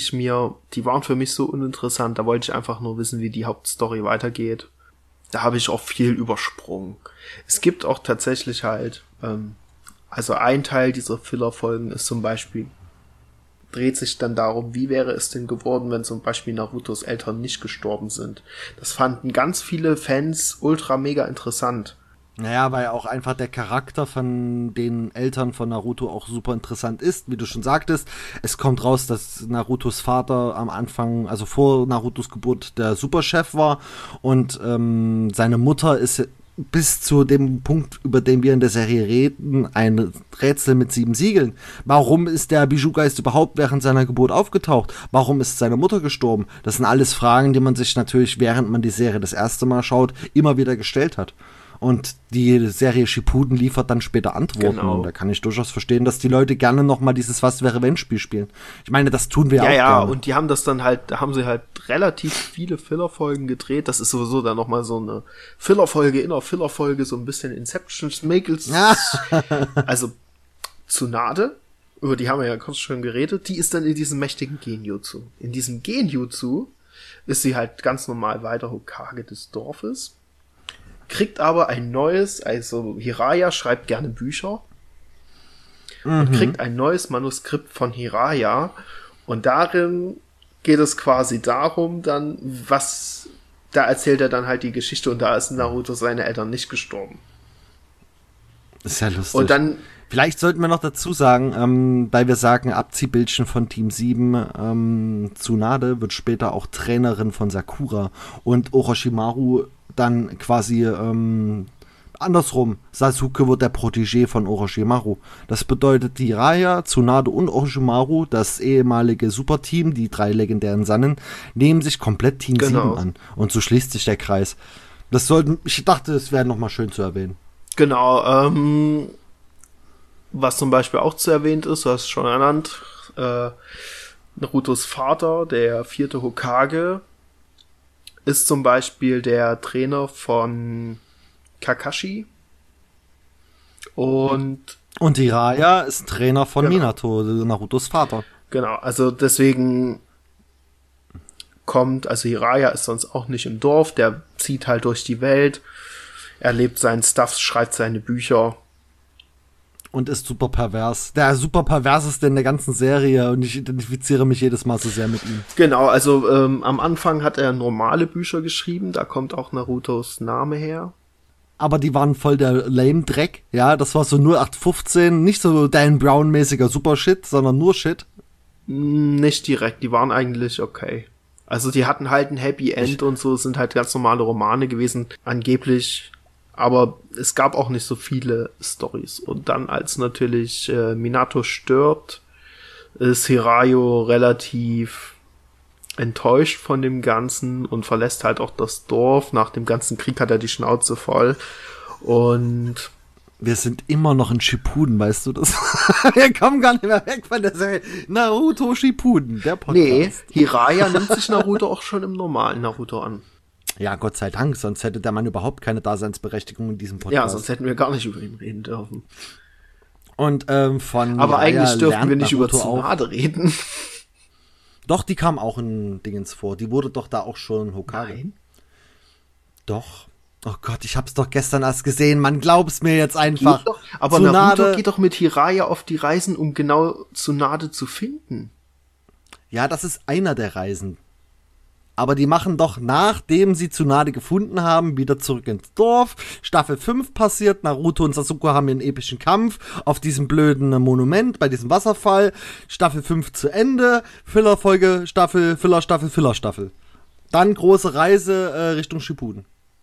S1: die waren für mich so uninteressant. Da wollte ich einfach nur wissen, wie die Hauptstory weitergeht. Da habe ich auch viel übersprungen. Es gibt auch tatsächlich halt, also ein Teil dieser Filler-Folgen ist zum Beispiel, dreht sich dann darum, wie wäre es denn geworden, wenn zum Beispiel Narutos Eltern nicht gestorben sind. Das fanden ganz viele Fans ultra mega interessant.
S3: Naja, weil auch einfach der Charakter von den Eltern von Naruto auch super interessant ist, wie du schon sagtest. Es kommt raus, dass Narutos Vater am Anfang, also vor Narutos Geburt, der Superchef war und seine Mutter ist bis zu dem Punkt, über den wir in der Serie reden, ein Rätsel mit 7 Siegeln. Warum ist der Bijou-Geist überhaupt während seiner Geburt aufgetaucht? Warum ist seine Mutter gestorben? Das sind alles Fragen, die man sich natürlich, während man die Serie das erste Mal schaut, immer wieder gestellt hat. Und die Serie Shippuden liefert dann später Antworten.
S1: Genau.
S3: Und da kann ich durchaus verstehen, dass die Leute gerne nochmal dieses Was-wäre-wenn-Spiel spielen. Ich meine, das tun wir auch
S1: Ja,
S3: gerne.
S1: und die haben das dann halt, da haben sie halt relativ viele Filler-Folgen gedreht. Das ist sowieso dann nochmal so eine Filler-Folge in einer Filler-Folge, so ein bisschen Inception Makels.
S3: Ja.
S1: Also Tsunade, über die haben wir ja kurz schon geredet, die ist dann in diesem mächtigen Genjutsu. In diesem Genjutsu ist sie halt ganz normal weiter Hokage des Dorfes, kriegt aber ein neues, also Hiraya schreibt gerne Bücher, und kriegt ein neues Manuskript von Hiraya und darin geht es quasi darum dann, da erzählt er dann halt die Geschichte und da ist Naruto seine Eltern nicht gestorben.
S3: Ist ja lustig.
S1: Und dann
S3: Vielleicht sollten wir noch dazu sagen, weil wir sagen, Abziehbildchen von Team 7, Tsunade wird später auch Trainerin von Sakura und Orochimaru dann quasi andersrum. Sasuke wird der Protégé von Orochimaru. Das bedeutet, Jiraiya, Tsunade und Orochimaru, das ehemalige Superteam, die 3 legendären Sannen, nehmen sich komplett Team 7 an. Und so schließt sich der Kreis. Ich dachte, es wäre nochmal schön zu erwähnen.
S1: Genau, was zum Beispiel auch zu erwähnt ist, du hast es schon ernannt, Narutos Vater, der 4. Hokage, ist zum Beispiel der Trainer von Kakashi. Und
S3: Jiraiya ist Trainer von
S1: Genau.
S3: Minato, Narutos Vater.
S1: genau, also deswegen also Jiraiya ist sonst auch nicht im Dorf, der zieht halt durch die Welt, erlebt seinen Stuff, schreibt seine Bücher.
S3: Und ist super pervers. Der super perverseste in der ganzen Serie und ich identifiziere mich jedes Mal so sehr mit ihm.
S1: Genau, also am Anfang hat er normale Bücher geschrieben, da kommt auch Narutos Name her.
S3: Aber die waren voll der lame Dreck, ja, das war so 0815, nicht so Dan Brown-mäßiger Super-Shit, sondern nur Shit.
S1: Nicht direkt, die waren eigentlich okay. Also die hatten halt ein Happy End und so, sind halt ganz normale Romane gewesen, angeblich. Aber es gab auch nicht so viele Storys. Und dann, als natürlich Minato stirbt, ist Hirayo relativ enttäuscht von dem Ganzen und verlässt halt auch das Dorf. Nach dem ganzen Krieg hat er die Schnauze voll. Und
S3: wir sind immer noch in Shippuden, weißt du das? Wir kommen gar nicht mehr weg von der Serie. Naruto Shippuden, der Podcast.
S1: nee, Hiraya nimmt sich Naruto auch schon im normalen Naruto an.
S3: Ja, Gott sei Dank, sonst hätte der Mann überhaupt keine Daseinsberechtigung in diesem Podcast.
S1: Ja, sonst hätten wir gar nicht über ihn reden dürfen.
S3: Und von
S1: Aber
S3: Jiraiya
S1: eigentlich dürften
S3: lernt
S1: wir nicht über
S3: Naruto auch.
S1: Tsunade reden.
S3: Doch, die kam auch in Dingens vor. Die wurde doch da auch schon Hokage.
S1: Nein.
S3: Doch. Oh Gott, ich hab's doch gestern erst gesehen. Man glaub's mir jetzt einfach.
S1: Geht doch, aber Naruto geht doch mit Jiraiya auf die Reisen, um genau Tsunade zu finden.
S3: Ja, das ist einer der Reisen. Aber die machen doch, nachdem sie Tsunade gefunden haben, wieder zurück ins Dorf. Staffel 5 passiert, Naruto und Sasuke haben ihren epischen Kampf auf diesem blöden Monument, bei diesem Wasserfall. Staffel 5 zu Ende, Fillerfolge, Fillerstaffel. Dann große Reise Richtung Shippuden.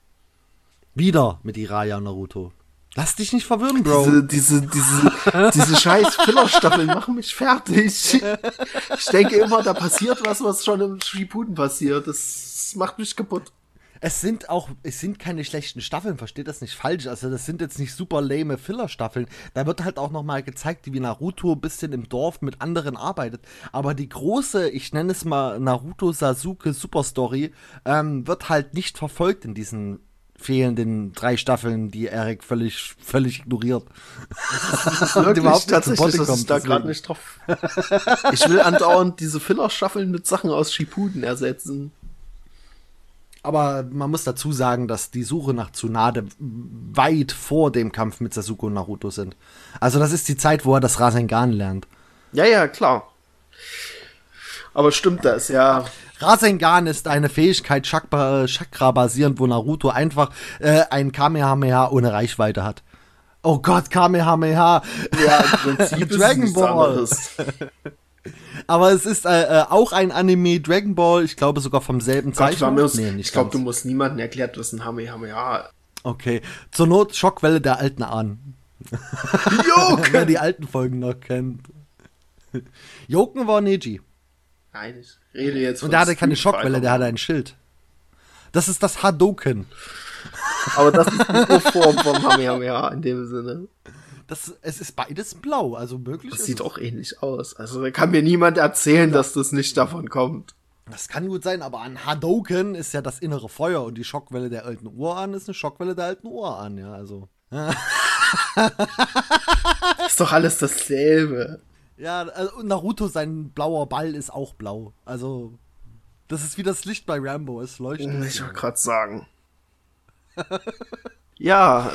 S3: Wieder mit Jiraiya und Naruto. Lass dich nicht verwirren, Bro.
S1: Diese scheiß Fillerstaffeln machen mich fertig. Ich denke immer, da passiert was schon im Shippuden passiert. Das macht mich kaputt.
S3: Es sind keine schlechten Staffeln, versteht das nicht falsch. Also das sind jetzt nicht super lame Filler-Staffeln. Da wird halt auch nochmal gezeigt, wie Naruto ein bisschen im Dorf mit anderen arbeitet. Aber die große, ich nenne es mal Naruto-Sasuke Superstory, wird halt nicht verfolgt in diesen fehlenden 3 Staffeln, die Eric völlig ignoriert.
S1: Das ist wirklich tatsächlich, dass ich da gerade nicht drauf. Ich will andauernd diese Filler-Staffeln mit Sachen aus Shippuden ersetzen.
S3: Aber man muss dazu sagen, dass die Suche nach Tsunade weit vor dem Kampf mit Sasuke und Naruto sind. Also das ist die Zeit, wo er das Rasengan lernt.
S1: Ja, klar. Aber stimmt das, ja.
S3: Rasengan ist eine Fähigkeit Chakra-basierend, wo Naruto einfach ein Kamehameha ohne Reichweite hat. Oh Gott, Kamehameha!
S1: Ja, im Prinzip
S3: Dragon Ball! Aber es ist auch ein Anime, Dragon Ball, ich glaube sogar vom selben Zeichner.
S1: Ich glaube, du musst niemandem erklären, was ein Kamehameha.
S3: Okay, zur Not Schockwelle der alten Ahnen. Wer die alten Folgen noch kennt. Joken war Neji.
S1: Nein, ich rede jetzt von
S3: Und der hatte keine Schockwelle, der hatte ein Schild. Das ist das Hadoken.
S1: Aber das ist die Form vom Kamehameha in dem Sinne.
S3: Es ist beides blau, also möglich
S1: das
S3: ist
S1: sieht
S3: es.
S1: auch ähnlich aus. Also da kann mir niemand erzählen, dass das nicht davon kommt.
S3: Das kann gut sein, aber an Hadoken ist ja das innere Feuer und die Schockwelle der alten Urahn ist eine Schockwelle der alten Urahn, ja, also.
S1: Ist doch alles dasselbe.
S3: Ja, also Naruto, sein blauer Ball ist auch blau. Also, das ist wie das Licht bei Rambo, es leuchtet.
S1: Ich wollte gerade sagen. Ja,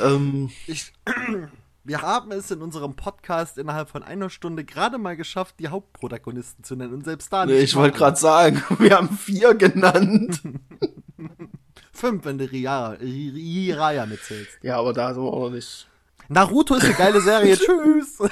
S3: wir haben es in unserem Podcast innerhalb von 1 Stunde gerade mal geschafft, die Hauptprotagonisten zu nennen. Und selbst da nicht.
S1: Ich wollte gerade sagen, wir haben 4 genannt.
S3: 5, wenn du Jiraiya mitzählst.
S1: Ja, aber da sind wir auch noch nicht.
S3: Naruto ist eine geile Serie. Tschüss.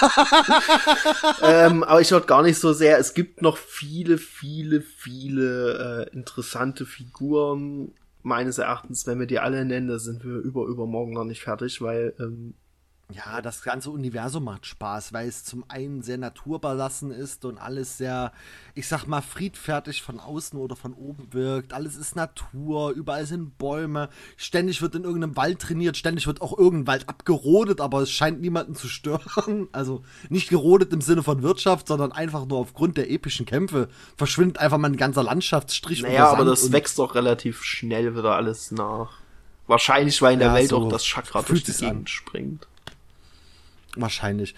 S1: Aber ich wollte gar nicht so sehr. Es gibt noch viele interessante Figuren. Meines Erachtens, wenn wir die alle nennen, da sind wir übermorgen noch nicht fertig, weil
S3: ja, das ganze Universum macht Spaß, weil es zum einen sehr naturbelassen ist und alles sehr, ich sag mal, friedfertig von außen oder von oben wirkt. Alles ist Natur, überall sind Bäume, ständig wird in irgendeinem Wald trainiert, ständig wird auch irgendein Wald abgerodet, aber es scheint niemanden zu stören. Also nicht gerodet im Sinne von Wirtschaft, sondern einfach nur aufgrund der epischen Kämpfe verschwindet einfach mal ein ganzer Landschaftsstrich.
S1: Naja, aber das wächst doch relativ schnell wieder alles nach. Wahrscheinlich, weil in der Welt auch das Chakra durch die Gegend springt.
S3: Wahrscheinlich.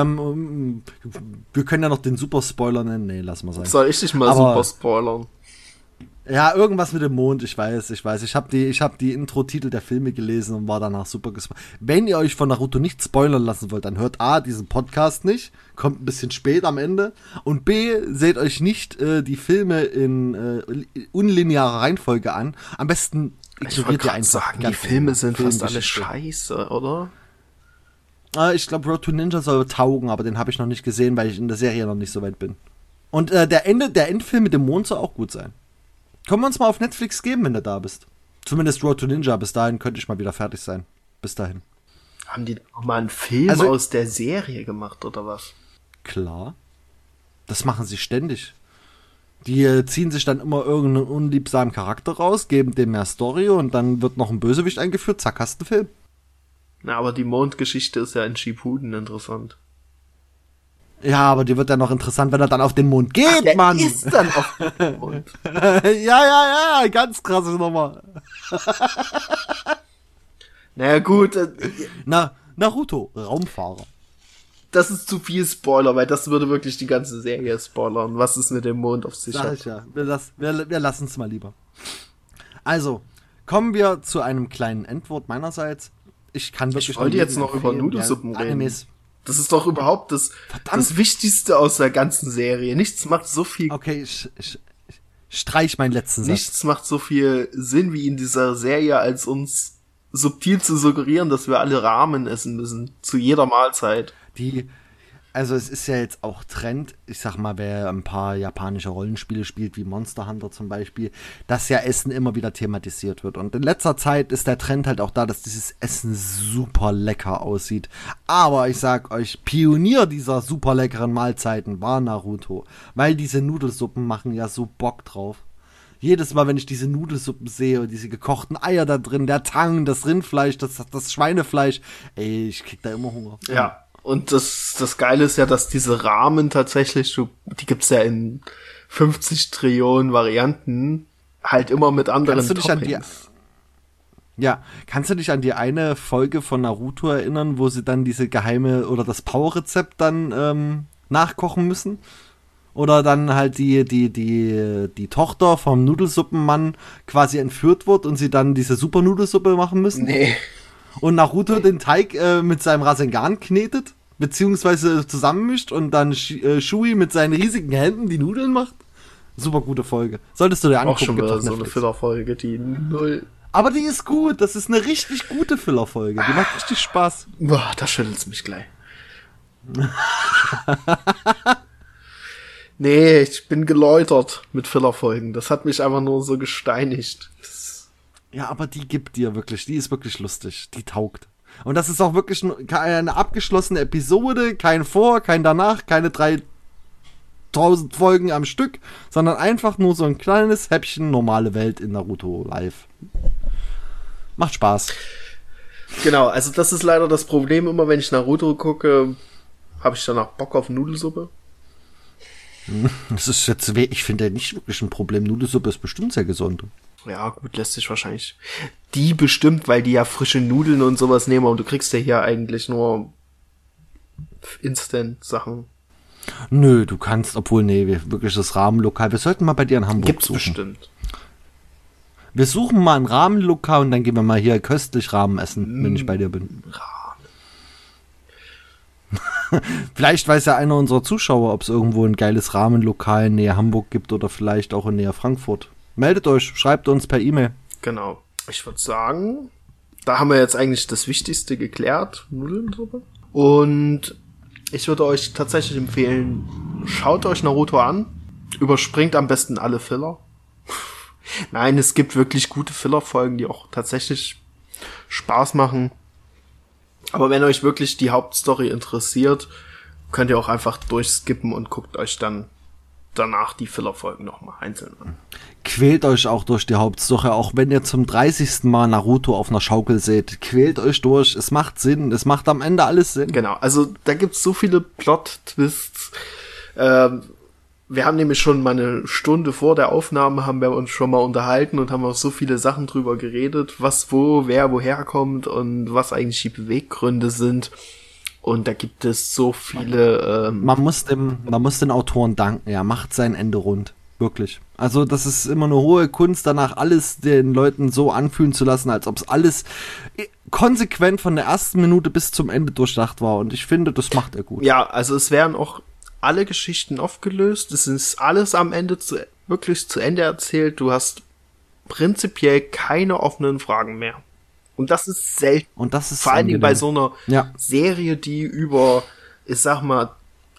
S3: Wir können ja noch den Super-Spoiler nennen. Nee, lass mal sein.
S1: Soll ich dich mal super spoilern?
S3: Ja, irgendwas mit dem Mond, ich weiß. Ich habe die Intro-Titel der Filme gelesen und war danach super gespoilert. Wenn ihr euch von Naruto nicht spoilern lassen wollt, dann hört A, diesen Podcast nicht, kommt ein bisschen spät am Ende, und B, seht euch nicht die Filme in unlinearer Reihenfolge an. Am besten
S1: ignoriert ihr einfach. Die Filme sind fast alle scheiße, oder?
S3: Ich glaube, Road to Ninja soll taugen, aber den habe ich noch nicht gesehen, weil ich in der Serie noch nicht so weit bin. Und der Endfilm mit dem Mond soll auch gut sein. Können wir uns mal auf Netflix geben, wenn du da bist. Zumindest Road to Ninja, bis dahin könnte ich mal wieder fertig sein. Bis dahin.
S1: Haben die noch mal einen Film aus der Serie gemacht, oder was?
S3: Klar. Das machen sie ständig. Die ziehen sich dann immer irgendeinen unliebsamen Charakter raus, geben dem mehr Story und dann wird noch ein Bösewicht eingeführt, zack, hast du einen Film.
S1: Na, aber die Mondgeschichte ist ja in Shippuden interessant.
S3: Ja, aber die wird ja noch interessant, wenn er dann auf den Mond geht,
S1: der
S3: Mann!
S1: Ist dann auf den Mond.
S3: ja, ganz krasse Nummer.
S1: Naja, gut.
S3: Naruto, Raumfahrer.
S1: Das ist zu viel Spoiler, weil das würde wirklich die ganze Serie spoilern. Was ist mit dem Mond auf sich hat.
S3: Sag ich ja, wir lassen es mal lieber. Also, Kommen wir zu einem kleinen Endwort meinerseits. Ich kann wirklich.
S1: Ich wollte jetzt noch über Nudelsuppen reden.
S3: Animes.
S1: Das ist doch überhaupt das Wichtigste aus der ganzen Serie. Nichts macht so viel.
S3: Okay, ich streich meinen letzten Satz.
S1: Nichts macht so viel Sinn wie in dieser Serie, als uns subtil zu suggerieren, dass wir alle Ramen essen müssen. Zu jeder Mahlzeit.
S3: Also es ist ja jetzt auch Trend, ich sag mal, wer ein paar japanische Rollenspiele spielt, wie Monster Hunter zum Beispiel, dass ja Essen immer wieder thematisiert wird. Und in letzter Zeit ist der Trend halt auch da, dass dieses Essen super lecker aussieht. Aber ich sag euch, Pionier dieser super leckeren Mahlzeiten war Naruto. Weil diese Nudelsuppen machen ja so Bock drauf. Jedes Mal, wenn ich diese Nudelsuppen sehe und diese gekochten Eier da drin, der Tang, das Rindfleisch, das Schweinefleisch, ey, ich krieg da immer Hunger.
S1: Ja. Und das Geile ist ja, dass diese Ramen tatsächlich, die gibt's ja in 50 Trillionen Varianten, halt immer mit anderen Toppings.
S3: Kannst du dich an die eine Folge von Naruto erinnern, wo sie dann diese geheime oder das Power-Rezept dann nachkochen müssen? Oder dann halt die Tochter vom Nudelsuppenmann quasi entführt wird und sie dann diese Super-Nudelsuppe machen müssen?
S1: Nee.
S3: Und Naruto den Teig mit seinem Rasengan knetet, beziehungsweise zusammenmischt und dann Shui mit seinen riesigen Händen die Nudeln macht. Super gute Folge. Solltest du dir angucken.
S1: Auch schon wieder so eine Filler-Folge, die null...
S3: Aber die ist gut. Das ist eine richtig gute Filler-Folge. Die macht richtig Spaß.
S1: Boah, da schüttelt's mich gleich. Nee, ich bin geläutert mit Filler-Folgen. Das hat mich einfach nur so gesteinigt.
S3: Ja, aber die gibt dir wirklich, die ist wirklich lustig, die taugt. Und das ist auch wirklich eine abgeschlossene Episode, kein Vor, kein Danach, keine 3000 Folgen am Stück, sondern einfach nur so ein kleines Häppchen normale Welt in Naruto live. Macht Spaß.
S1: Genau, also das ist leider das Problem, immer wenn ich Naruto gucke, habe ich danach Bock auf Nudelsuppe.
S3: Das ist jetzt, ich finde nicht wirklich ein Problem, Nudelsuppe ist bestimmt sehr gesund.
S1: Ja, gut, lässt sich wahrscheinlich. Die bestimmt, weil die ja frische Nudeln und sowas nehmen, und du kriegst ja hier eigentlich nur Instant-Sachen.
S3: Nö, du kannst, wirklich das Rahmenlokal. Wir sollten mal bei dir in Hamburg
S1: Gibt's
S3: suchen.
S1: Bestimmt.
S3: Wir suchen mal ein Rahmenlokal und dann gehen wir mal hier köstlich Rahmen essen, wenn ich bei dir bin. Vielleicht weiß ja einer unserer Zuschauer, ob es irgendwo ein geiles Rahmenlokal in Nähe Hamburg gibt oder vielleicht auch in Nähe Frankfurt. Meldet euch, schreibt uns per E-Mail.
S1: Genau. Ich würde sagen, da haben wir jetzt eigentlich das Wichtigste geklärt. Nudelsuppe. Und ich würde euch tatsächlich empfehlen, schaut euch Naruto an. Überspringt am besten alle Filler. Nein, es gibt wirklich gute Filler-Folgen, die auch tatsächlich Spaß machen. Aber wenn euch wirklich die Hauptstory interessiert, könnt ihr auch einfach durchskippen und guckt euch dann danach die Filler-Folgen nochmal einzeln an.
S3: Quält euch auch durch die Hauptstory, auch wenn ihr zum 30. Mal Naruto auf einer Schaukel seht. Quält euch durch, es macht Sinn, es macht am Ende alles Sinn.
S1: Genau, also da gibt's so viele Plot-Twists. Wir haben nämlich schon mal eine Stunde vor der Aufnahme haben wir uns schon mal unterhalten und haben auch so viele Sachen drüber geredet, was, wo, wer, woher kommt und was eigentlich die Beweggründe sind. Und da gibt es so viele...
S3: Man muss den Autoren danken, er macht sein Ende rund. Wirklich. Also das ist immer eine hohe Kunst, danach alles den Leuten so anfühlen zu lassen, als ob es alles konsequent von der ersten Minute bis zum Ende durchdacht war. Und ich finde, das macht er gut.
S1: Ja, also es werden auch alle Geschichten aufgelöst. Es ist alles am Ende wirklich zu Ende erzählt. Du hast prinzipiell keine offenen Fragen mehr. Und das ist selten.
S3: Und das ist
S1: vor allen Dingen bei so einer
S3: Ja.
S1: Serie, die über, ich sag mal,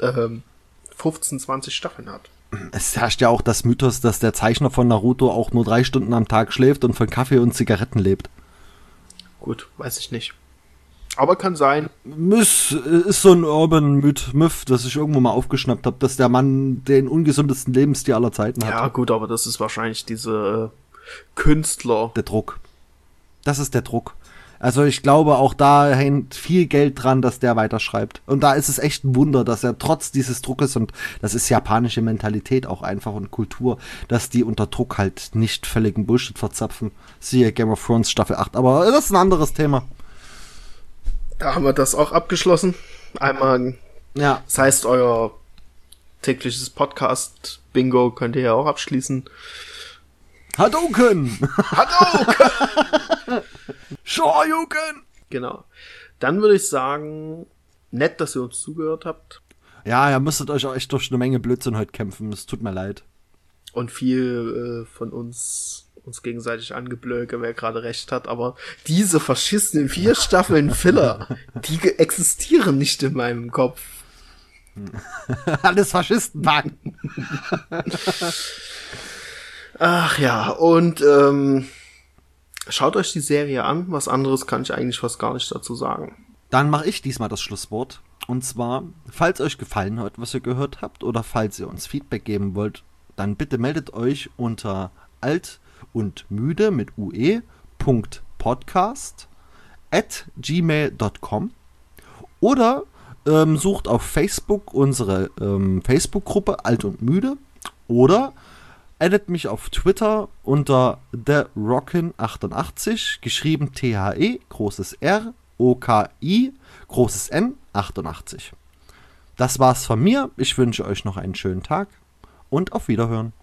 S1: 15, 20 Staffeln hat.
S3: Es herrscht ja auch das Mythos, dass der Zeichner von Naruto auch nur 3 Stunden am Tag schläft und von Kaffee und Zigaretten lebt.
S1: Gut, weiß ich nicht. Aber kann sein.
S3: Ist so ein Urban Myth, das ich irgendwo mal aufgeschnappt habe, dass der Mann den ungesundesten Lebensstil aller Zeiten hat.
S1: Ja, gut, aber das ist wahrscheinlich diese Künstler.
S3: Der Druck. Das ist der Druck. Also ich glaube, auch da hängt viel Geld dran, dass der weiterschreibt. Und da ist es echt ein Wunder, dass er trotz dieses Druckes, und das ist japanische Mentalität auch einfach und Kultur, dass die unter Druck halt nicht völligen Bullshit verzapfen. Siehe Game of Thrones Staffel 8. Aber das ist ein anderes Thema.
S1: Da haben wir das auch abgeschlossen. Einmal,
S3: Ja.
S1: das heißt, euer tägliches Podcast-Bingo könnt ihr ja auch abschließen.
S3: Hadouken!
S1: Hadouken!
S3: Shoryuken!
S1: Genau. Dann würde ich sagen, nett, dass ihr uns zugehört habt.
S3: Ja, ihr müsstet euch auch echt durch eine Menge Blödsinn heute kämpfen. Es tut mir leid.
S1: Und viel von uns gegenseitig angeblöke, wer gerade recht hat. Aber diese verschissenen 4 Staffeln Filler, die existieren nicht in meinem Kopf.
S3: Alles Faschistenpack.
S1: Ach ja, und schaut euch die Serie an. Was anderes kann ich eigentlich fast gar nicht dazu sagen.
S3: Dann mache ich diesmal das Schlusswort. Und zwar, falls euch gefallen hat, was ihr gehört habt, oder falls ihr uns Feedback geben wollt, dann bitte meldet euch unter altundmüde mit ue.podcast@gmail.com oder sucht auf Facebook unsere Facebook-Gruppe Alt und Müde oder addet mich auf Twitter unter TheRockin88, geschrieben THE, großes R, OKI, großes N, 88. Das war's von mir. Ich wünsche euch noch einen schönen Tag und auf Wiederhören.